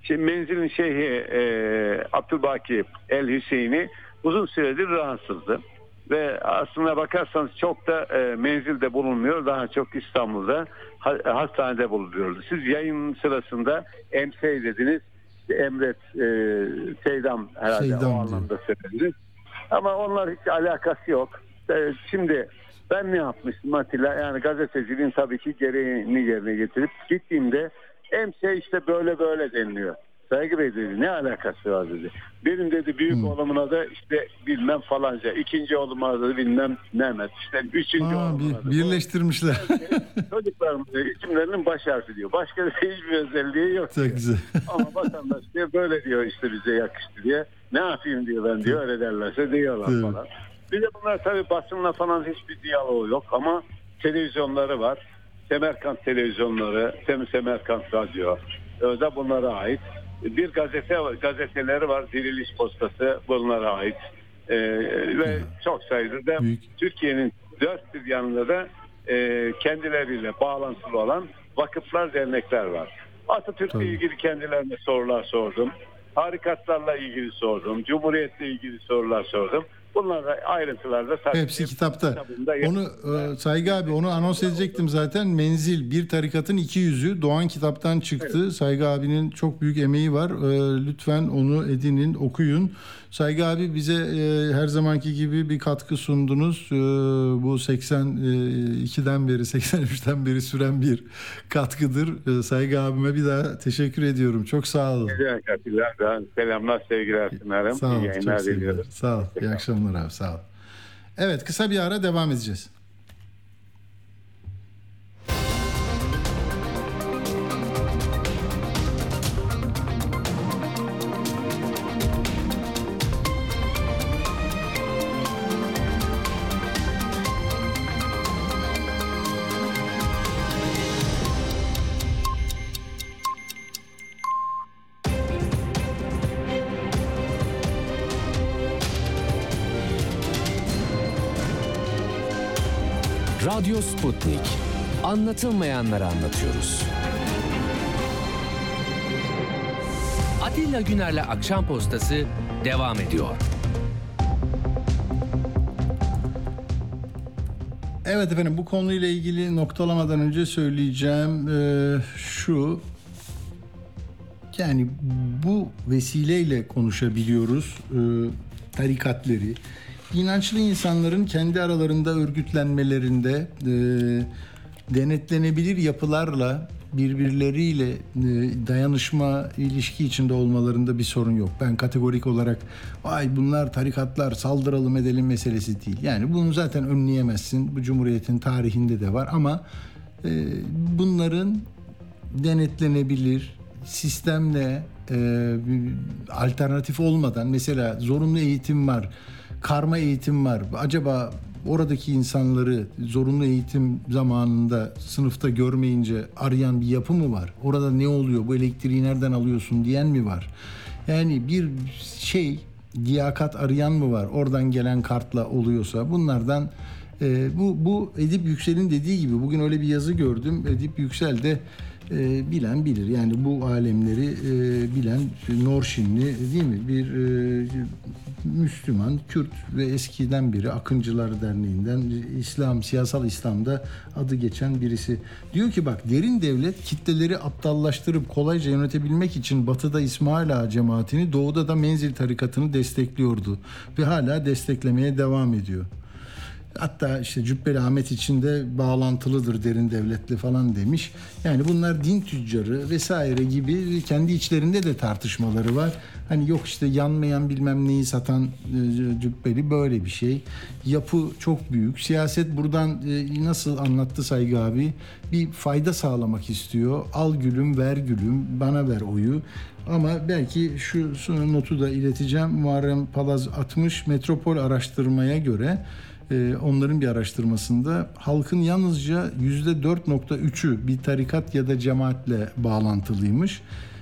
Şimdi Menzil'in şeyhi e, Abdülbaki El Hüseyin'i uzun süredir rahatsızdı. Ve aslına bakarsanız çok da e, menzilde bulunmuyor. Daha çok İstanbul'da ha, hastanede bulunuyordu. Siz yayın sırasında Emsey dediniz. İşte Emret e, Seydam herhalde Seydam o anlamda söylediniz. Ama onlar hiç alakası yok. E, şimdi ben ne yapmıştım Atilla? Yani gazeteciliğin tabii ki gereğini yerine getirip gittiğimde Emsey işte böyle böyle deniliyor. Saygı Bey dedi, ne alakası var dedi. Benim dedi büyük hmm. oğlumuna da işte bilmem falanca, ikinci oğluma da bilmem Mehmet, işte üçüncü Aa, oğluma da. Birleştirmişler. Çocuklarımın isimlerinin baş harfi diyor. Başka da hiçbir özelliği yok. Çok güzel. Ama vatandaş diyor böyle diyor işte bize yakıştı diye. Ne yapayım diyor ben diyor, öyle derlerse diyorlar evet. falan. Bir de bunlar tabii basınla falan hiçbir diyaloğu yok ama televizyonları var. Semerkant televizyonları, Sem Semerkant radyo da bunlara ait. Bir gazete gazeteleri var, Diriliş Postası bunlara ait ee, ve çok sayıda da Türkiye'nin dört bir yanında da e, kendileriyle bağlantılı olan vakıflar, dernekler var. Atatürk'le ilgili kendilerine sorular sordum, harikatlarla ilgili sordum, Cumhuriyet'le ilgili sorular sordum. Bunlar da ayrıntılarda hepsi kitapta. Onu e, Saygı abi onu anons edecektim zaten. Menzil bir tarikatın iki yüzü Doğan kitaptan çıktı. Evet. Saygı abinin çok büyük emeği var. E, lütfen onu edinin, okuyun. Saygı abi bize e, her zamanki gibi bir katkı sundunuz. E, bu seksen ikiden beri, seksen üçten beri süren bir katkıdır. E, Saygı abime bir daha teşekkür ediyorum. Çok sağ olun. Selamlar, sevgiler sunarım. Sağ olun. Çok sevgiler. Sağ ol. İyi akşamlar abi. Sağ ol. Evet, kısa bir ara devam edeceğiz. Radyo Sputnik. Anlatılmayanları anlatıyoruz. Atilla Güner'le Akşam Postası devam ediyor. Evet efendim, bu konuyla ilgili noktalamadan önce söyleyeceğim ee, şu. Yani bu vesileyle konuşabiliyoruz e, tarikatleri. İnançlı insanların kendi aralarında örgütlenmelerinde e, denetlenebilir yapılarla birbirleriyle e, dayanışma ilişki içinde olmalarında bir sorun yok. Ben kategorik olarak vay bunlar tarikatlar saldıralım edelim meselesi değil. Yani bunu zaten önleyemezsin. Bu Cumhuriyet'in tarihinde de var ama e, bunların denetlenebilir sistemle e, alternatif olmadan, mesela zorunlu eğitim var, karma eğitim var. Acaba oradaki insanları zorunlu eğitim zamanında sınıfta görmeyince arayan bir yapı mı var? Orada ne oluyor? Bu elektriği nereden alıyorsun diyen mi var? Yani bir şey, liyakat arayan mı var? Oradan gelen kartla oluyorsa bunlardan e, bu bu Edip Yüksel'in dediği gibi, bugün öyle bir yazı gördüm. Edip Yüksel de E, bilen bilir. Yani bu alemleri e, bilen Norşinli değil mi? Bir e, Müslüman, Kürt ve eskiden biri Akıncılar Derneği'nden İslam, siyasal İslam'da adı geçen birisi. Diyor ki bak, derin devlet kitleleri aptallaştırıp kolayca yönetebilmek için Batı'da İsmail Ağa cemaatini, Doğu'da da Menzil tarikatını destekliyordu ve hala desteklemeye devam ediyor. Hatta işte Cübbeli Ahmet için de bağlantılıdır derin devletli falan demiş. Yani bunlar din tüccarı vesaire gibi kendi içlerinde de tartışmaları var. Hani yok işte yanmayan bilmem neyi satan e, Cübbeli böyle bir şey. Yapı çok büyük. Siyaset buradan e, nasıl anlattı Saygı abi? Bir fayda sağlamak istiyor. Al gülüm, ver gülüm, bana ver oyu. Ama belki şu, şu notu da ileteceğim. Muharrem Palaz atmış, Metropol araştırmaya göre, onların bir araştırmasında halkın yalnızca yüzde dört nokta üçü bir tarikat ya da cemaatle bağlantılıymış.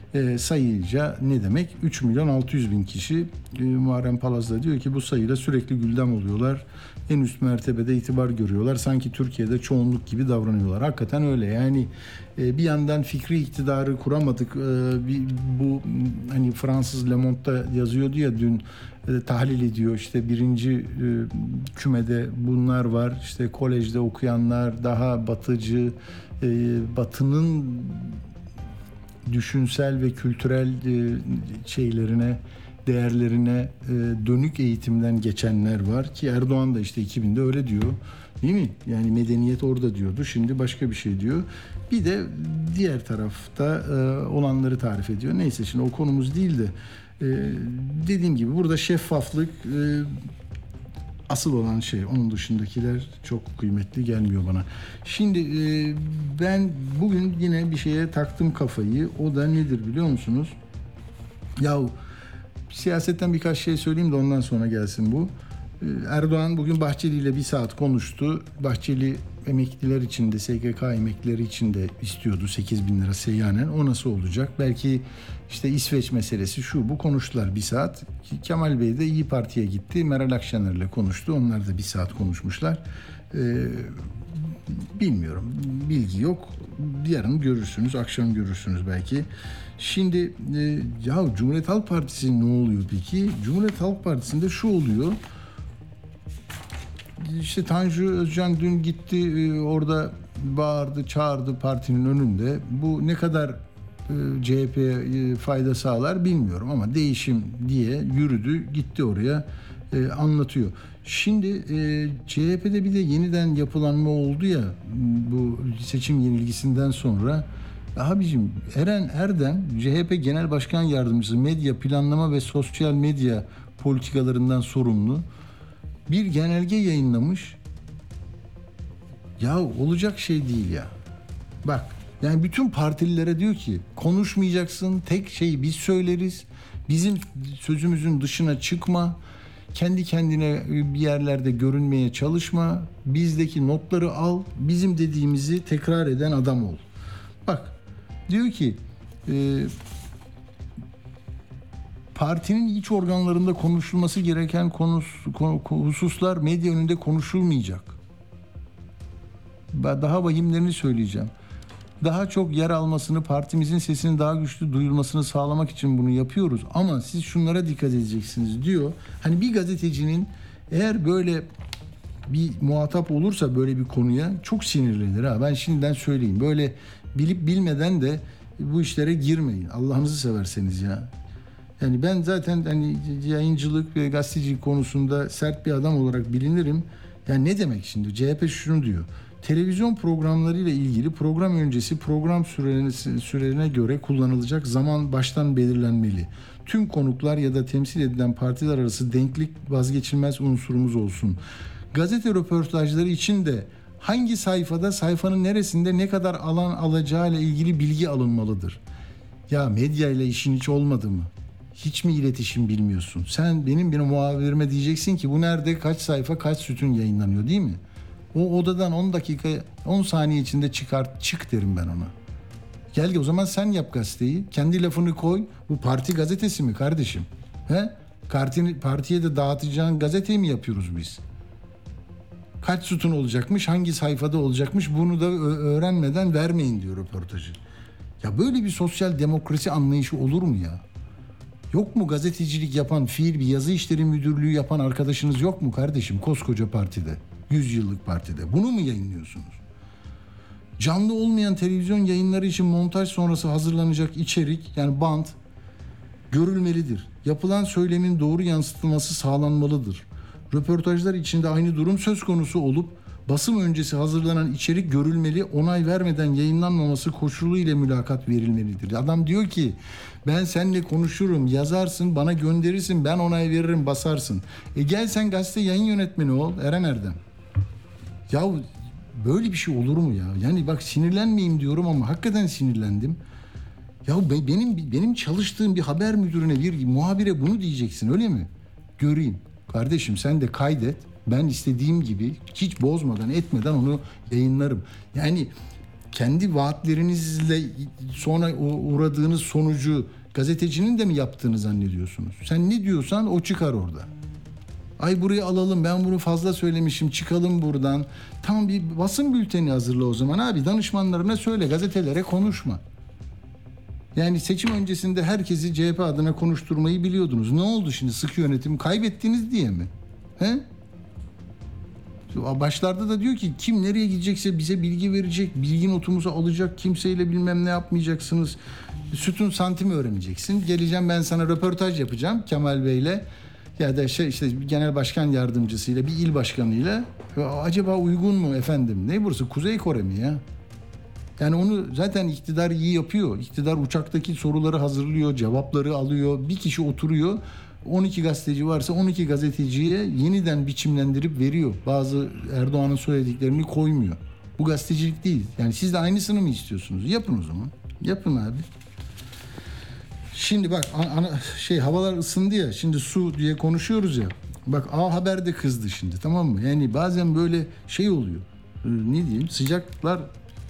E, sayıca ne demek? üç milyon altı yüz bin kişi. E, Muharrem Palaz da diyor ki bu sayıyla sürekli gündem oluyorlar. En üst mertebede itibar görüyorlar. Sanki Türkiye'de çoğunluk gibi davranıyorlar. Hakikaten öyle. Yani e, bir yandan fikri iktidarı kuramadık. E, bir, bu hani Fransız Le Monde'da yazıyordu ya dün, e, tahlil ediyor. İşte birinci e, kümede bunlar var. İşte kolejde okuyanlar, daha batıcı, e, batının düşünsel ve kültürel e, şeylerine, değerlerine e, dönük eğitimden geçenler var ki Erdoğan da işte iki binde öyle diyor. Değil mi? Yani medeniyet orada diyordu. Şimdi başka bir şey diyor. Bir de diğer tarafta e, olanları tarif ediyor. Neyse şimdi o konumuz değil de e, dediğim gibi burada şeffaflık e, asıl olan şey. Onun dışındakiler çok kıymetli gelmiyor bana. Şimdi e, ben bugün yine bir şeye taktım kafayı. O da nedir biliyor musunuz? Yahu siyasetten birkaç şey söyleyeyim de ondan sonra gelsin bu. Erdoğan bugün Bahçeli ile bir saat konuştu. Bahçeli emekliler için de, S G K emeklileri için de istiyordu sekiz bin lira seyyanen. O nasıl olacak? Belki işte İsveç meselesi şu bu konuştular bir saat. Kemal Bey de İyi Parti'ye gitti. Meral Akşener ile konuştu. Onlar da bir saat konuşmuşlar. Ee, bilmiyorum. Bilgi yok. Yarın görürsünüz. Akşam görürsünüz belki. Şimdi e, ya Cumhuriyet Halk Partisi ne oluyor peki? Cumhuriyet Halk Partisi'nde şu oluyor. İşte Tanju Özcan dün gitti e, orada bağırdı, çağırdı partinin önünde. Bu ne kadar e, C H P'ye e, fayda sağlar bilmiyorum ama değişim diye yürüdü, gitti oraya e, anlatıyor. Şimdi e, C H P'de bir de yeniden yapılanma oldu ya bu seçim yenilgisinden sonra. Abicim Eren Erdem C H P Genel Başkan Yardımcısı, medya planlama ve sosyal medya politikalarından sorumlu bir genelge yayınlamış. Ya olacak şey değil ya. Bak yani bütün partililere diyor ki konuşmayacaksın, tek şeyi biz söyleriz. Bizim sözümüzün dışına çıkma. Kendi kendine bir yerlerde görünmeye çalışma. Bizdeki notları al. Bizim dediğimizi tekrar eden adam ol. Bak diyor ki e, partinin iç organlarında konuşulması gereken konus, konu, hususlar medya önünde konuşulmayacak. Ben daha vahimlerini söyleyeceğim. Daha çok yer almasını, partimizin sesinin daha güçlü duyulmasını sağlamak için bunu yapıyoruz. Ama siz şunlara dikkat edeceksiniz diyor. Hani bir gazetecinin eğer böyle bir muhatap olursa böyle bir konuya çok sinirlenir ha. Ben şimdiden söyleyeyim. Böyle bilip bilmeden de bu işlere girmeyin. Allah'ınızı severseniz ya. Yani ben zaten hani yayıncılık ve gazetecilik konusunda sert bir adam olarak bilinirim. Yani ne demek şimdi? C H P şunu diyor. Televizyon programlarıyla ilgili program öncesi program sürelerine, sürelerine göre kullanılacak zaman baştan belirlenmeli. Tüm konuklar ya da temsil edilen partiler arası denklik vazgeçilmez unsurumuz olsun. Gazete röportajları için de hangi sayfada, sayfanın neresinde ne kadar alan alacağı ile ilgili bilgi alınmalıdır. Ya medya ile işin hiç olmadı mı? Hiç mi iletişim bilmiyorsun? Sen benim bir muhabirime diyeceksin ki bu nerede, kaç sayfa, kaç sütun yayınlanıyor değil mi? O odadan on dakika, on saniye içinde çıkar, çık derim ben ona. Gel o zaman sen yap gazeteyi. Kendi lafını koy. Bu parti gazetesi mi kardeşim? He? Partini, partiye de dağıtacağın gazeteyi mi yapıyoruz biz? Kaç sütun olacakmış, hangi sayfada olacakmış bunu da öğrenmeden vermeyin diyor röportajı. Ya böyle bir sosyal demokrasi anlayışı olur mu ya? Yok mu gazetecilik yapan, fiil bir yazı işleri müdürlüğü yapan arkadaşınız yok mu kardeşim koskoca partide? yüz yıllık partide. Bunu mu yayınlıyorsunuz? Canlı olmayan televizyon yayınları için montaj sonrası hazırlanacak içerik, yani band görülmelidir. Yapılan söylemin doğru yansıtılması sağlanmalıdır. Röportajlar içinde aynı durum söz konusu olup basım öncesi hazırlanan içerik görülmeli, onay vermeden yayınlanmaması koşulu ile mülakat verilmelidir. Adam diyor ki ben seninle konuşurum, yazarsın, bana gönderirsin, ben onay veririm, basarsın. E gel sen gazete yayın yönetmeni ol Eren Erdem. Ya böyle bir şey olur mu ya? Yani bak sinirlenmeyeyim diyorum ama hakikaten sinirlendim. Ya benim benim çalıştığım bir haber müdürüne, bir muhabire bunu diyeceksin öyle mi? Göreyim. Kardeşim sen de kaydet. Ben istediğim gibi hiç bozmadan etmeden onu yayınlarım. Yani kendi vaatlerinizle sonra uğradığınız sonucu gazetecinin de mi yaptığını zannediyorsunuz? Sen ne diyorsan o çıkar orada. Ay burayı alalım, ben bunu fazla söylemişim, çıkalım buradan. Tamam, bir basın bülteni hazırla o zaman abi. Danışmanlarına söyle, gazetelere konuşma. Yani seçim öncesinde herkesi C H P adına konuşturmayı biliyordunuz. Ne oldu şimdi, sıkı yönetim kaybettiniz diye mi? He? Başlarda da diyor ki kim nereye gidecekse bize bilgi verecek, bilgi notumuzu alacak, kimseyle bilmem ne yapmayacaksınız. Sütun santimi öğreneceksin. Geleceğim ben sana röportaj yapacağım Kemal Bey'le ya da şey işte genel başkan yardımcısıyla, bir il başkanıyla. Acaba uygun mu efendim? Ne burası? Kuzey Kore mi ya? Yani onu zaten iktidar iyi yapıyor. İktidar uçaktaki soruları hazırlıyor, cevapları alıyor. Bir kişi oturuyor. on iki gazeteci varsa on iki gazeteciye yeniden biçimlendirip veriyor. Bazı Erdoğan'ın söylediklerini koymuyor. Bu gazetecilik değil. Yani siz de aynısını mı istiyorsunuz? Yapın o zaman. Yapın abi. Şimdi bak ana, şey havalar ısındı ya. Şimdi su diye konuşuyoruz ya. Bak A Haber de kızdı şimdi, tamam mı? Yani bazen böyle şey oluyor. Ne diyeyim? Sıcaklar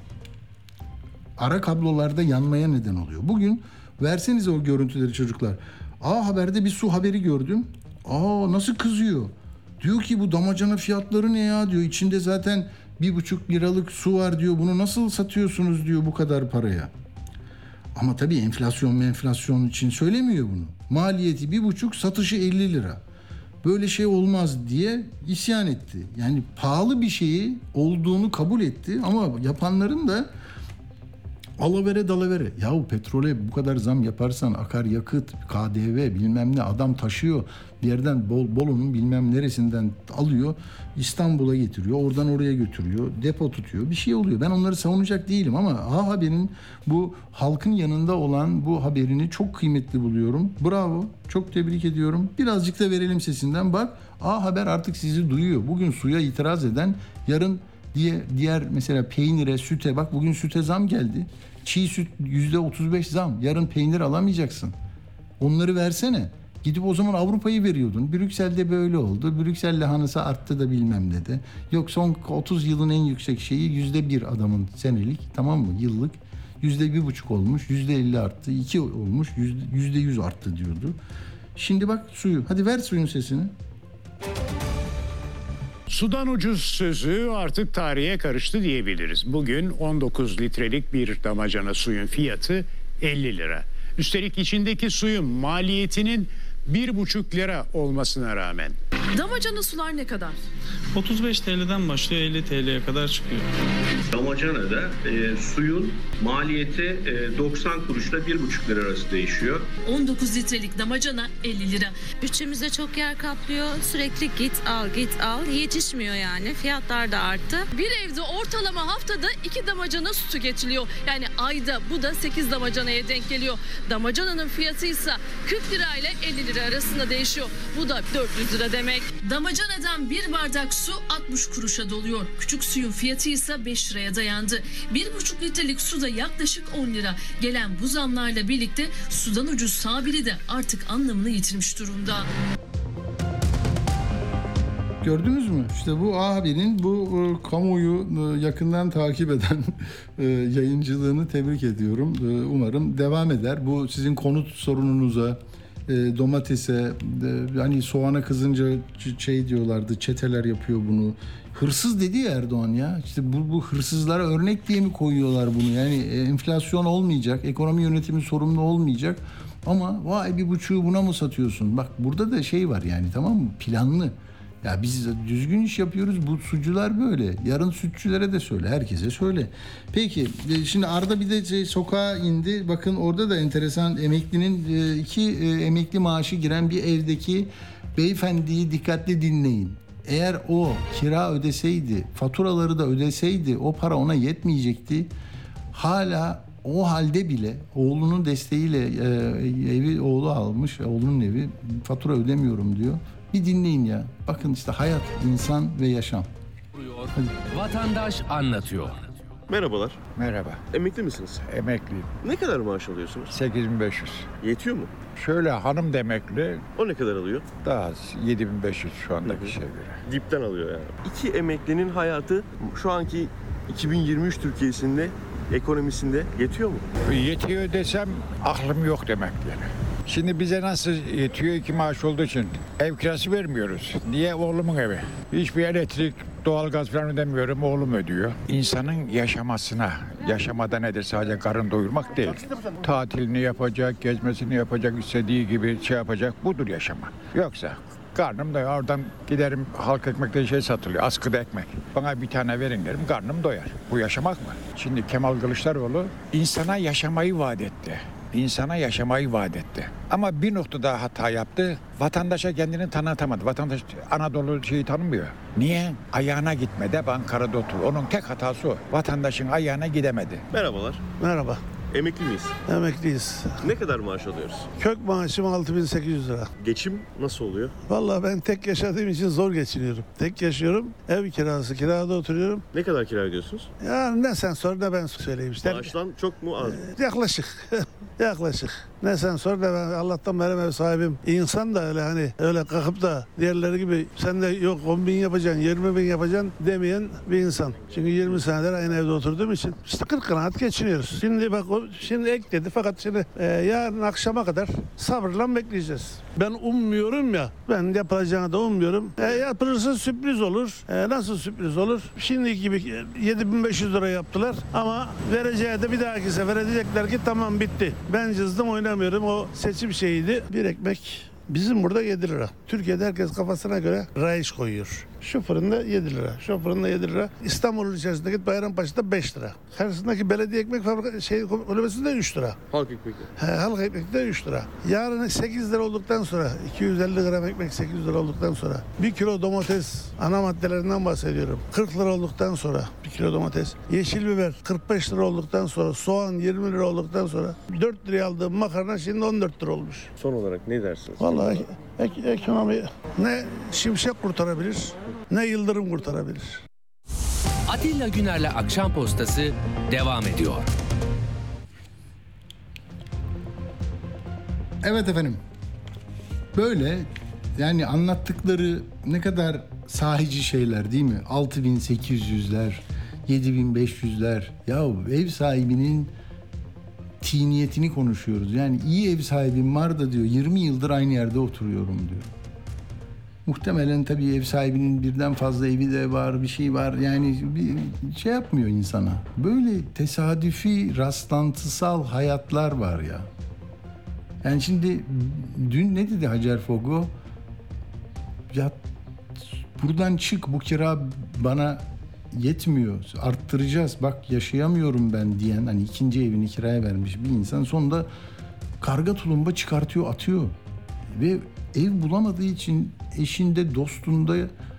ara kablolarda yanmaya neden oluyor. Bugün versenize o görüntüleri çocuklar. A Haber'de bir su haberi gördüm. Aa nasıl kızıyor. Diyor ki bu damacana fiyatları ne ya diyor. İçinde zaten bir buçuk liralık su var diyor. Bunu nasıl satıyorsunuz diyor bu kadar paraya. Ama tabii enflasyon enflasyon için söylemiyor bunu. Maliyeti bir buçuk, satışı elli lira. Böyle şey olmaz diye isyan etti. Yani pahalı bir şeyi olduğunu kabul etti ama yapanların da alavere dalavere. Yahu petrole bu kadar zam yaparsan akaryakıt, K D V bilmem ne adam taşıyor. Bir yerden Bol, Bolu'nun bilmem neresinden alıyor. İstanbul'a getiriyor. Oradan oraya götürüyor. Depo tutuyor. Bir şey oluyor. Ben onları savunacak değilim ama A Haber'in bu halkın yanında olan bu haberini çok kıymetli buluyorum. Bravo. Çok tebrik ediyorum. Birazcık da verelim sesinden. Bak A Haber artık sizi duyuyor. Bugün suya itiraz eden yarın diye diğer mesela peynire, süte, bak bugün süte zam geldi. Çiğ süt yüzde otuz beş zam. Yarın peynir alamayacaksın. Onları versene. Gidip o zaman Avrupa'yı veriyordun. Brüksel'de böyle oldu. Brüksel lahanası arttı da bilmem ne de. Yok son otuz yılın en yüksek şeyi yüzde bir adamın senelik, tamam mı? Yıllık. Yüzde bir buçuk olmuş. Yüzde elli arttı. iki olmuş. Yüzde, yüzde yüz arttı diyordu. Şimdi bak suyu. Hadi ver suyun sesini. Sudan ucuz sözü artık tarihe karıştı diyebiliriz. Bugün on dokuz litrelik bir damacana suyun fiyatı elli lira. Üstelik içindeki suyun maliyetinin bir buçuk lira olmasına rağmen. Damacana sular ne kadar? otuz beş T L'den başlıyor, elli T L'ye kadar çıkıyor. Damacana'da e, suyun maliyeti e, doksan kuruşla bir buçuk lira arası değişiyor. on dokuz litrelik damacana elli lira. Bütçemizde çok yer kaplıyor. Sürekli git al git al. Yetişmiyor yani. Fiyatlar da arttı. Bir evde ortalama haftada iki damacana su tüketiliyor. Yani ayda bu da sekiz damacanaya denk geliyor. Damacananın fiyatı ise kırk lira ile elli lira arasında değişiyor. Bu da dört yüz lira demek. Damacanadan bir bardak su altmış kuruşa doluyor. Küçük suyun fiyatı ise beş liraya dayandı. bir buçuk litrelik su da yaklaşık on lira. Gelen bu zamlarla birlikte sudan ucuz tabiri de artık anlamını yitirmiş durumda. Gördünüz mü? İşte bu A Haber'in bu e, kamuoyu e, yakından takip eden e, yayıncılığını tebrik ediyorum. E, umarım devam eder. Bu sizin konut sorununuza, e, domatese, e, hani soğana kızınca şey diyorlardı, çeteler yapıyor bunu. Hırsız dedi ya Erdoğan ya. İşte bu, bu hırsızlara örnek diye mi koyuyorlar bunu? Yani e, enflasyon olmayacak, ekonomi yönetimi sorumlu olmayacak. Ama vay bir buçuğu buna mı satıyorsun? Bak burada da şey var yani, tamam mı? Planlı. Ya biz düzgün iş yapıyoruz. Bu sucular böyle. Yarın sütçülere de söyle. Herkese söyle. Peki. Şimdi Arda bir de şey, sokağa indi. Bakın orada da enteresan, emeklinin iki emekli maaşı giren bir evdeki beyefendiyi dikkatli dinleyin. Eğer o kira ödeseydi, faturaları da ödeseydi o para ona yetmeyecekti. Hala o halde bile oğlunun desteğiyle e, evi oğlu almış. Oğlunun evi, fatura ödemiyorum diyor. Bir dinleyin ya. Bakın işte hayat, insan ve yaşam. Hadi. Vatandaş anlatıyor. Merhabalar. Merhaba. Emekli misiniz? Emekliyim. Ne kadar maaş alıyorsunuz? sekiz bin beş yüz. Yetiyor mu? Şöyle hanım da emekli. O ne kadar alıyor? Daha az. yedi bin beş yüz şu andaki şeye göre. Dipten alıyor yani. İki emeklinin hayatı şu anki iki bin yirmi üç Türkiye'sinde ekonomisinde yetiyor mu? Yetiyor desem aklım yok demek yani. Şimdi bize nasıl yetiyor? İki maaş olduğu için ev kirası vermiyoruz. Niye? Oğlumun evi. Hiçbir elektrik, doğalgaz falan ödemiyorum. Oğlum ödüyor. İnsanın yaşamasına, yaşamada nedir? Sadece karın doyurmak değil. Tatilini yapacak, gezmesini yapacak, istediği gibi şey yapacak. Budur yaşama. Yoksa karnım da oradan giderim, halk ekmekte şey satılıyor, askıda ekmek. Bana bir tane verin derim, karnım doyar. Bu yaşamak mı? Şimdi Kemal Kılıçdaroğlu insana yaşamayı vaat etti. İnsana yaşamayı vaat etti. Ama bir noktada hata yaptı. Vatandaşa kendini tanıtamadı. Vatandaş Anadolu şeyi tanımıyor. Niye? Ayağına gitmedi. Hep Ankara'da otur. Onun tek hatası o. Vatandaşın ayağına gidemedi. Merhabalar. Merhaba. Emekli miyiz? Emekliyiz. Ne kadar maaş alıyoruz? Kök maaşım altı bin sekiz yüz lira. Geçim nasıl oluyor? Vallahi ben tek yaşadığım için zor geçiniyorum. Tek yaşıyorum. Ev kirası, kirada oturuyorum. Ne kadar kira ödüyorsunuz? Ya ne sen sor ne ben söyleyeyim işte. Maaştan çok mu az? Ee, yaklaşık. yaklaşık. Ne sen sor ne ben Allah'tan benim ev sahibim. İnsan da öyle hani öyle kalkıp da diğerleri gibi sen de yok on bin yapacaksın, yirmi bin yapacaksın demeyen bir insan. Çünkü yirmi senedir aynı evde oturduğum için işte kırk kanaat geçiniyoruz. Şimdi bak o şimdi ekledi fakat şimdi e, yarın akşama kadar sabırla bekleyeceğiz. Ben ummuyorum ya. Ben yapılacağını da ummuyorum. E, yapılırsa sürpriz olur. E, nasıl sürpriz olur? Şimdiki gibi yedi bin beş yüz lira yaptılar ama vereceği de bir dahaki sefer diyecekler ki tamam bitti. Ben cızdım oynamıyorum. O seçim şeyiydi. Bir ekmek bizim burada yedi lira. Türkiye'de herkes kafasına göre raiş koyuyor. Şu fırında yedi lira, şu fırında yedi lira. İstanbul'un içerisinde git Bayrampaşa'da beş lira. Karşısındaki belediye ekmek fabrika şey kulübesinde üç lira. Halk ekmek. He, halk ekmekte üç lira. Yarın sekiz lira olduktan sonra iki yüz elli gram ekmek sekiz lira olduktan sonra bir kilo domates ana maddelerinden bahsediyorum. kırk lira olduktan sonra bir kilo domates. Yeşil biber kırk beş lira olduktan sonra soğan yirmi lira olduktan sonra dört liraya aldığım makarna şimdi on dört lira olmuş. Son olarak ne dersiniz? Vallahi ek- ekonomi ne şimşek kurtarabilir ne yıldırım kurtarabilir. Atilla Güner'le Akşam Postası devam ediyor. Evet efendim. Böyle yani anlattıkları ne kadar sahici şeyler değil mi? altı bin sekiz yüzler, yedi bin beş yüzler. Ya ev sahibinin tiniyetini konuşuyoruz. Yani iyi ev sahibim var da diyor yirmi yıldır aynı yerde oturuyorum diyor. Muhtemelen tabii ev sahibinin birden fazla evi de var, bir şey var. Yani bir şey yapmıyor insana. Böyle tesadüfi, rastlantısal hayatlar var ya. Yani şimdi dün ne dedi Hacer Fogo? Ya buradan çık, bu kira bana yetmiyor, arttıracağız. Bak yaşayamıyorum ben diyen, hani ikinci evini kiraya vermiş bir insan sonunda karga tulumba çıkartıyor, atıyor. Ve ev bulamadığı için eşinde, dostunda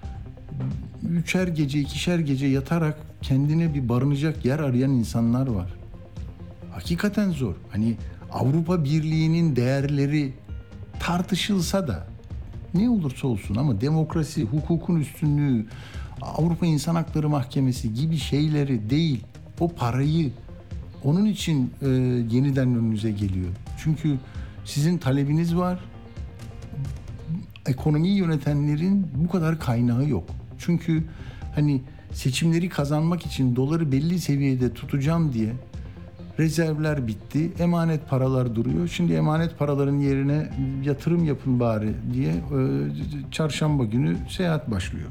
üçer gece, ikişer gece yatarak kendine bir barınacak yer arayan insanlar var. Hakikaten zor. Hani Avrupa Birliği'nin değerleri tartışılsa da ne olursa olsun ama demokrasi, hukukun üstünlüğü, Avrupa İnsan Hakları Mahkemesi gibi şeyleri değil, o parayı onun için e, yeniden önünüze geliyor. Çünkü sizin talebiniz var. Ekonomiyi yönetenlerin bu kadar kaynağı yok. Çünkü hani seçimleri kazanmak için doları belli seviyede tutacağım diye rezervler bitti. Emanet paralar duruyor. Şimdi emanet paraların yerine yatırım yapın bari diye e, çarşamba günü seyahat başlıyor.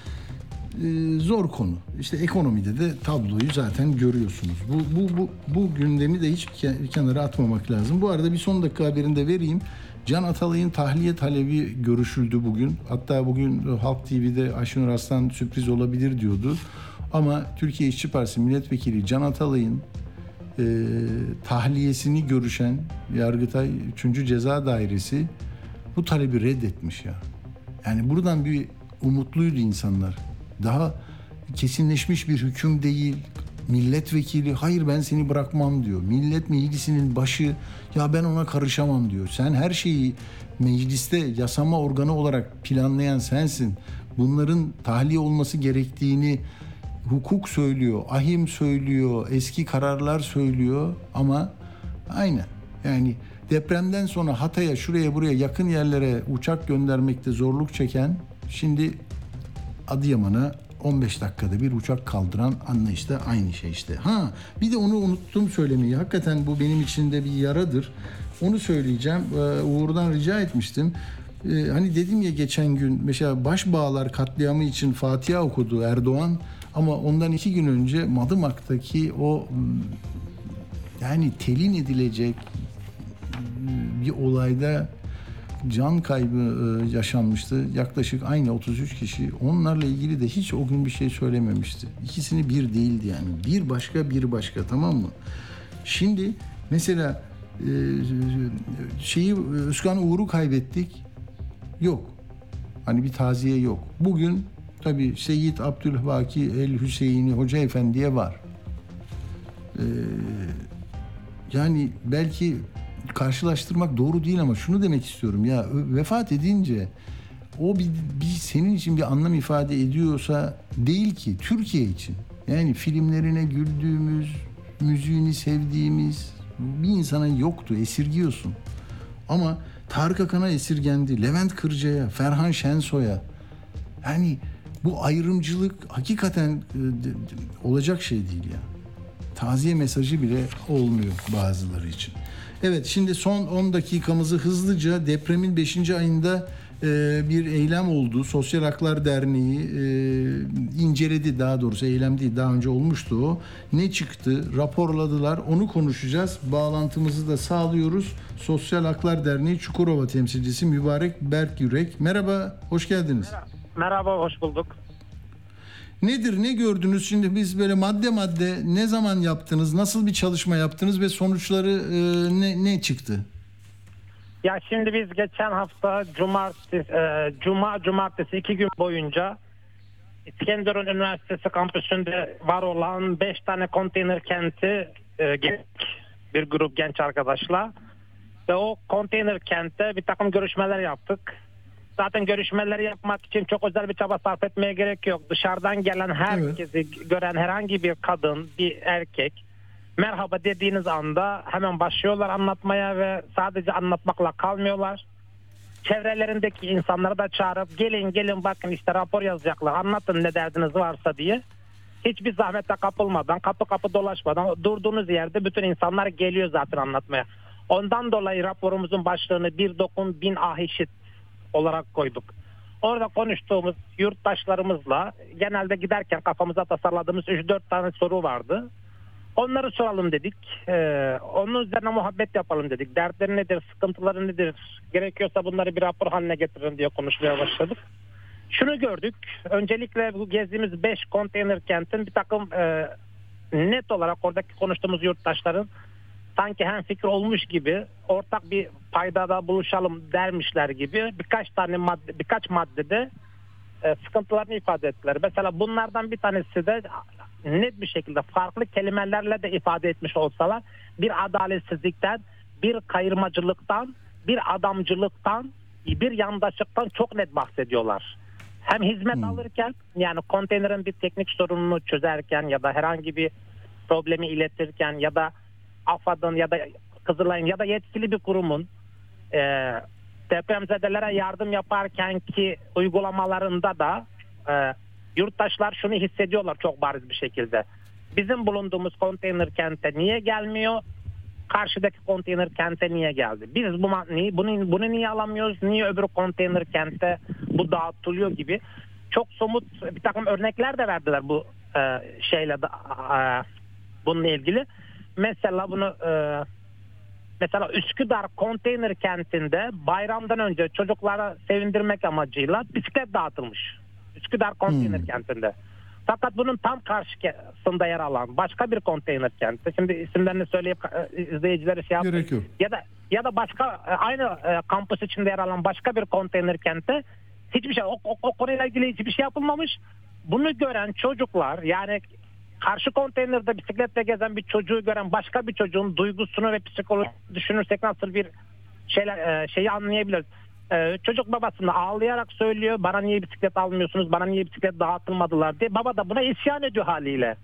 E, zor konu. İşte ekonomide de tabloyu zaten görüyorsunuz. Bu, bu, bu, bu gündemi de hiç kenara atmamak lazım. Bu arada bir son dakika haberini de vereyim. Can Atalay'ın tahliye talebi görüşüldü bugün. Hatta bugün Halk T V'de Ayşenur Aslan sürpriz olabilir diyordu. Ama Türkiye İşçi Partisi Milletvekili Can Atalay'ın e, tahliyesini görüşen Yargıtay üçüncü Ceza Dairesi bu talebi reddetmiş ya. Yani buradan bir umutluydu insanlar. Daha kesinleşmiş bir hüküm değil. Milletvekili hayır ben seni bırakmam diyor. Millet Meclisi'nin başı ya ben ona karışamam diyor. Sen her şeyi mecliste yasama organı olarak planlayan sensin. Bunların tahliye olması gerektiğini hukuk söylüyor, ahim söylüyor, eski kararlar söylüyor ama aynen yani depremden sonra Hatay'a şuraya buraya yakın yerlere uçak göndermekte zorluk çeken şimdi Adıyaman'a on beş dakikada bir uçak kaldıran anlayışta aynı şey işte. Ha, bir de onu unuttum söylemeyi. Hakikaten bu benim için de bir yaradır. Onu söyleyeceğim. Uğur'dan rica etmiştim. Hani dedim ya geçen gün mesela Başbağlar katliamı için Fatiha okudu Erdoğan ama ondan iki gün önce Madımak'taki o yani telin edilecek bir olayda can kaybı yaşanmıştı. Yaklaşık aynı otuz üç kişi. Onlarla ilgili de hiç o gün bir şey söylememişti. İkisini bir değildi yani. Bir başka bir başka, tamam mı? Şimdi mesela şeyi Özkan Uğur'u kaybettik. Yok. Hani bir taziye yok. Bugün tabii Seyyid Abdülbaki El Hüseyini Hoca Efendi'ye var. Ee, yani belki karşılaştırmak doğru değil ama şunu demek istiyorum ya, vefat edince o bir, bir senin için bir anlam ifade ediyorsa değil ki Türkiye için. Yani filmlerine güldüğümüz, müziğini sevdiğimiz bir insana yoktu, esirgiyorsun. Ama Tarık Akan'a esirgendi, Levent Kırca'ya, Ferhan Şensoy'a. Yani bu ayrımcılık hakikaten e, de, de, olacak şey değil ya. Taziye mesajı bile olmuyor bazıları için. Evet, şimdi son on dakikamızı hızlıca depremin beşinci ayında e, bir eylem oldu. Sosyal Haklar Derneği e, inceledi, daha doğrusu eylem değil, daha önce olmuştu o. Ne çıktı, raporladılar, onu konuşacağız. Bağlantımızı da sağlıyoruz. Sosyal Haklar Derneği Çukurova temsilcisi Mübarek Berk Yürek. Merhaba, hoş geldiniz. Merhaba, hoş bulduk. Nedir, ne gördünüz? Şimdi biz böyle madde madde ne zaman yaptınız, nasıl bir çalışma yaptınız ve sonuçları e, ne, ne çıktı? Ya şimdi biz geçen hafta cumartesi, e, cuma cumartesi iki gün boyunca İskenderun Üniversitesi kampüsünde var olan beş tane konteyner kenti e, gittik. Bir grup genç arkadaşla. Ve o konteyner kentte bir takım görüşmeler yaptık. Zaten görüşmeleri yapmak için çok özel bir çaba sarf etmeye gerek yok. Dışarıdan gelen herkesi evet. gören herhangi bir kadın, bir erkek merhaba dediğiniz anda hemen başlıyorlar anlatmaya ve sadece anlatmakla kalmıyorlar. Çevrelerindeki insanları da çağırıp gelin gelin bakın işte rapor yazacaklar, anlatın ne derdiniz varsa diye. Hiçbir zahmete kapılmadan, kapı kapı dolaşmadan durduğunuz yerde bütün insanlar geliyor zaten anlatmaya. Ondan dolayı raporumuzun başlığını bir dokun bin ah işit olarak koyduk. Orada konuştuğumuz yurttaşlarımızla genelde giderken kafamıza tasarladığımız üç dört tane soru vardı. Onları soralım dedik. Ee, onun üzerine muhabbet yapalım dedik. Dertleri nedir, sıkıntıları nedir? Gerekiyorsa bunları bir rapor haline getirin diye konuşmaya başladık. Şunu gördük. Öncelikle bu gezdiğimiz beş konteyner kentin bir takım e, net olarak oradaki konuştuğumuz yurttaşların sanki hemfikir olmuş gibi ortak bir paydada buluşalım dermişler gibi birkaç tane madde, birkaç maddede e, sıkıntılarını ifade ettiler. Mesela bunlardan bir tanesi de net bir şekilde farklı kelimelerle de ifade etmiş olsalar bir adaletsizlikten, bir kayırmacılıktan, bir adamcılıktan, bir yandaşlıktan çok net bahsediyorlar. Hem hizmet hmm. alırken yani konteynerin bir teknik sorununu çözerken ya da herhangi bir problemi iletirken ya da AFAD'ın ya da Kızılay'ın ya da yetkili bir kurumun e, depremzedelere yardım yaparken ki uygulamalarında da e, yurttaşlar şunu hissediyorlar çok bariz bir şekilde. Bizim bulunduğumuz konteyner kente niye gelmiyor? Karşıdaki konteyner kente niye geldi? Biz bu, bunu, bunu niye alamıyoruz? Niye öbür konteyner kente bu dağıtılıyor gibi çok somut bir takım örnekler de verdiler bu e, şeyle de, e, bununla ilgili. Mesela bunu e, mesela Üsküdar konteyner kentinde bayramdan önce çocuklara sevindirmek amacıyla bisiklet dağıtılmış. Üsküdar konteyner hmm. kentinde. Fakat bunun tam karşısında yer alan başka bir konteyner kentte. Şimdi isimlerini söyleyip izleyicilere şey yapayım. Ya da ya da başka aynı kampüs içinde yer alan başka bir konteyner kentte hiçbir şey o, o, o konuyla ilgili hiçbir şey yapılmamış. Bunu gören çocuklar yani karşı konteynerde bisikletle gezen bir çocuğu gören başka bir çocuğun duygusunu ve psikolojisini düşünürsek nasıl bir şeyler şeyi anlayabiliriz. Ee, çocuk babasına ağlayarak söylüyor bana niye bisiklet almıyorsunuz, bana niye bisiklet dağıtılmadılar diye. Baba da buna isyan ediyor haliyle.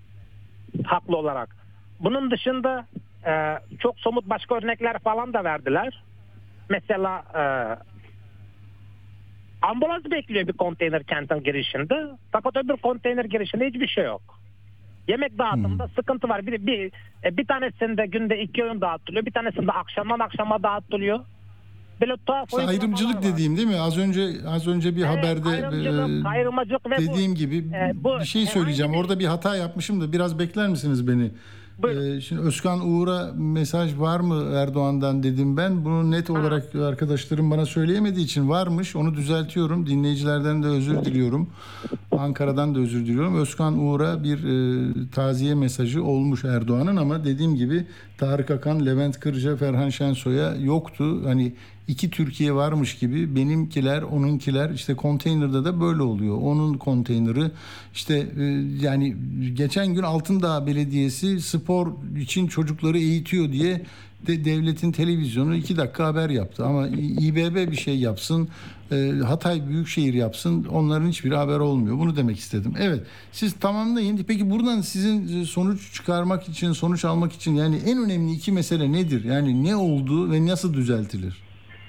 Haklı olarak. Bunun dışında e, çok somut başka örnekler falan da verdiler. Mesela e, Ambulans bekliyor bir konteyner kentin girişinde. Fakat öbür konteyner girişinde hiçbir şey yok. Yemek dağıtımında hmm. sıkıntı var. Bir, bir, bir tanesinde günde iki öğün dağıtılıyor. Bir tanesinde akşamdan akşama dağıtılıyor. Böyle tuhaf işte ayrımcılık dediğim değil mi? Az önce az önce bir evet, haberde e, ayrımcılık ve dediğim bu, gibi e, bu, bir şey söyleyeceğim. Bir... Orada bir hata yapmışım da biraz bekler misiniz beni? Ee, şimdi Özkan Uğur'a mesaj var mı Erdoğan'dan dedim ben. Bunu net olarak ha. arkadaşlarım bana söyleyemediği için varmış. Onu düzeltiyorum. Dinleyicilerden de özür diliyorum. Ankara'dan da özür diliyorum. Özkan Uğur'a bir e, taziye mesajı olmuş Erdoğan'ın ama dediğim gibi Tarık Akan, Levent Kırca, Ferhan Şensoy'a yoktu. Hani iki Türkiye varmış gibi benimkiler, onunkiler işte konteynerde de böyle oluyor. Onun konteyneri işte e, yani geçen gün Altındağ Belediyesi spor için çocukları eğitiyor diye de devletin televizyonu iki dakika haber yaptı. Ama İ B B bir şey yapsın, e, Hatay Büyükşehir yapsın, onların hiçbir haber olmuyor. Bunu demek istedim. Evet, siz tamamlayın. Peki buradan sizin sonuç çıkarmak için, sonuç almak için yani en önemli iki mesele nedir? Yani ne oldu ve nasıl düzeltilir?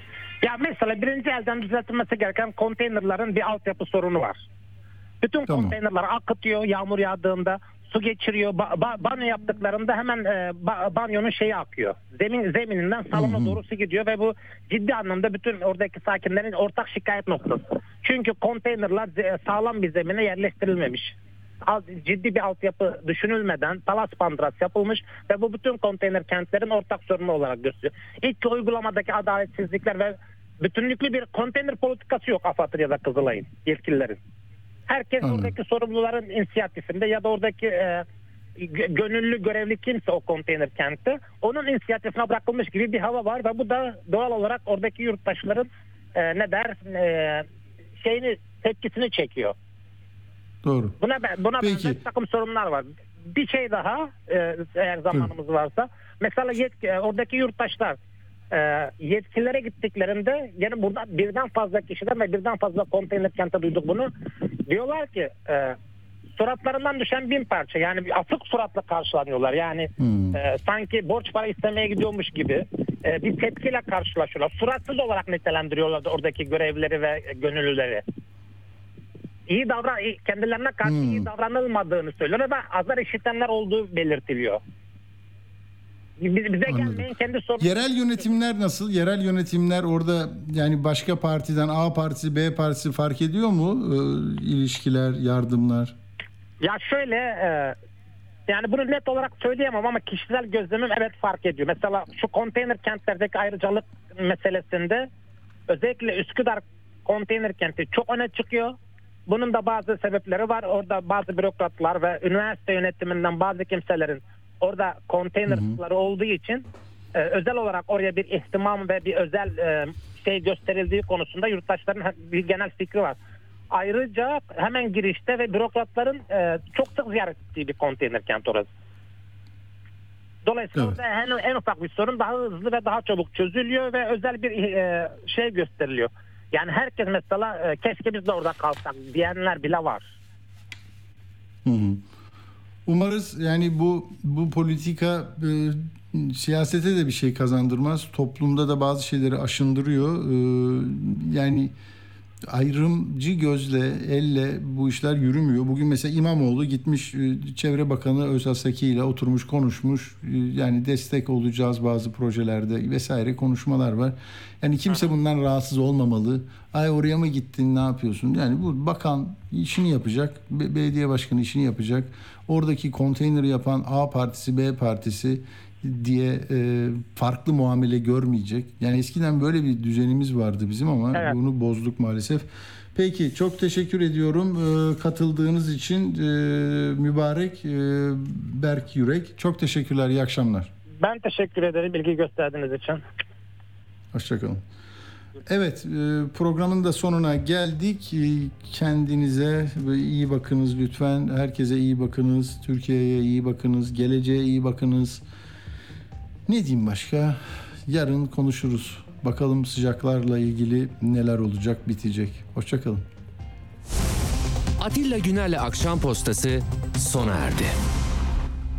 Ya mesela birinci elden düzeltilmesi gereken konteynerların bir altyapı sorunu var. Bütün tamam. konteynerler akıtıyor yağmur yağdığında, su geçiriyor. Ba- ba- banyo yaptıklarında hemen e, ba- banyonun şeyi akıyor. Zemin zemininden salona doğru su gidiyor ve bu ciddi anlamda bütün oradaki sakinlerin ortak şikayet noktası. Çünkü konteynerler sağlam bir zemine yerleştirilmemiş. Ciddi bir altyapı düşünülmeden palas pandras yapılmış ve bu bütün konteyner kentlerin ortak sorunu olarak gösteriyor. İlk uygulamadaki adaletsizlikler ve bütünlüklü bir konteyner politikası yok AFAD'ın ya da Kızılay'ın, yetkililerin. Herkes Anladım. oradaki sorumluların inisiyatifinde ya da oradaki e, gönüllü görevli kimse o konteyner kentte onun inisiyatifine bırakılmış gibi bir hava var ve bu da doğal olarak oradaki yurttaşların e, ne der e, şeyini tepkisini çekiyor. Doğru. Buna buna benzer bir takım sorunlar var. Bir şey daha e, eğer zamanımız Hı. varsa mesela yetki, oradaki yurttaşlar e, yetkililere gittiklerinde yine burada birden fazla kişiden ve birden fazla konteyner kente duyduk bunu. Diyorlar ki e, suratlarından düşen bin parça yani bir asık suratla karşılanıyorlar. Yani hmm. e, sanki borç para istemeye gidiyormuş gibi e, bir tepkiyle karşılaşıyorlar. Suratsız olarak nitelendiriyorlar oradaki görevlileri ve gönüllüleri. İyi davran, kendilerine karşı hmm. iyi davranılmadığını söylüyor ve azar işitenler olduğu belirtiliyor. Bize Anladım. gelmeyin kendi sorun. Yerel yönetimler nasıl? Yerel yönetimler orada yani başka partiden A partisi, B partisi fark ediyor mu? Ee, ilişkiler, yardımlar? Ya şöyle e, yani bunu net olarak söyleyemem ama kişisel gözlemim evet fark ediyor. Mesela şu konteyner kentlerdeki ayrıcalık meselesinde özellikle Üsküdar konteyner kenti çok öne çıkıyor. Bunun da bazı sebepleri var. Orada bazı bürokratlar ve üniversite yönetiminden bazı kimselerin orada konteynerları olduğu için e, özel olarak oraya bir ihtimam ve bir özel e, şey gösterildiği konusunda yurttaşların bir genel fikri var. Ayrıca hemen girişte ve bürokratların e, çok sık ziyaret ettiği bir konteyner kent orası. Dolayısıyla evet. en, en ufak bir sorun daha hızlı ve daha çabuk çözülüyor ve özel bir e, şey gösteriliyor. Yani herkes mesela e, keşke biz de orada kalsak diyenler bile var. Hı hı. Umarız yani bu bu politika e, siyasete de bir şey kazandırmaz. Toplumda da bazı şeyleri aşındırıyor. E, yani ayrımcı gözle, elle bu işler yürümüyor. Bugün mesela İmamoğlu gitmiş e, Çevre Bakanı Özal Seki ile oturmuş konuşmuş. E, yani destek olacağız bazı projelerde vesaire konuşmalar var. Yani kimse bundan rahatsız olmamalı. Ay oraya mı gittin, ne yapıyorsun? Yani bu bakan işini yapacak, be- belediye başkanı işini yapacak. Oradaki konteyneri yapan A partisi, B partisi diye e, farklı muamele görmeyecek. Yani eskiden böyle bir düzenimiz vardı bizim ama evet. bunu bozduk maalesef. Peki çok teşekkür ediyorum e, katıldığınız için e, mübarek e, Berk Yürek. Çok teşekkürler, iyi akşamlar. Ben teşekkür ederim bilgi gösterdiğiniz için. Hoşçakalın. Evet, programın da sonuna geldik. Kendinize iyi bakınız lütfen. Herkese iyi bakınız. Türkiye'ye iyi bakınız. Geleceğe iyi bakınız. Ne diyeyim başka? Yarın konuşuruz. Bakalım sıcaklarla ilgili neler olacak, bitecek. Hoşçakalın. Atilla Güner'le Akşam Postası sona erdi.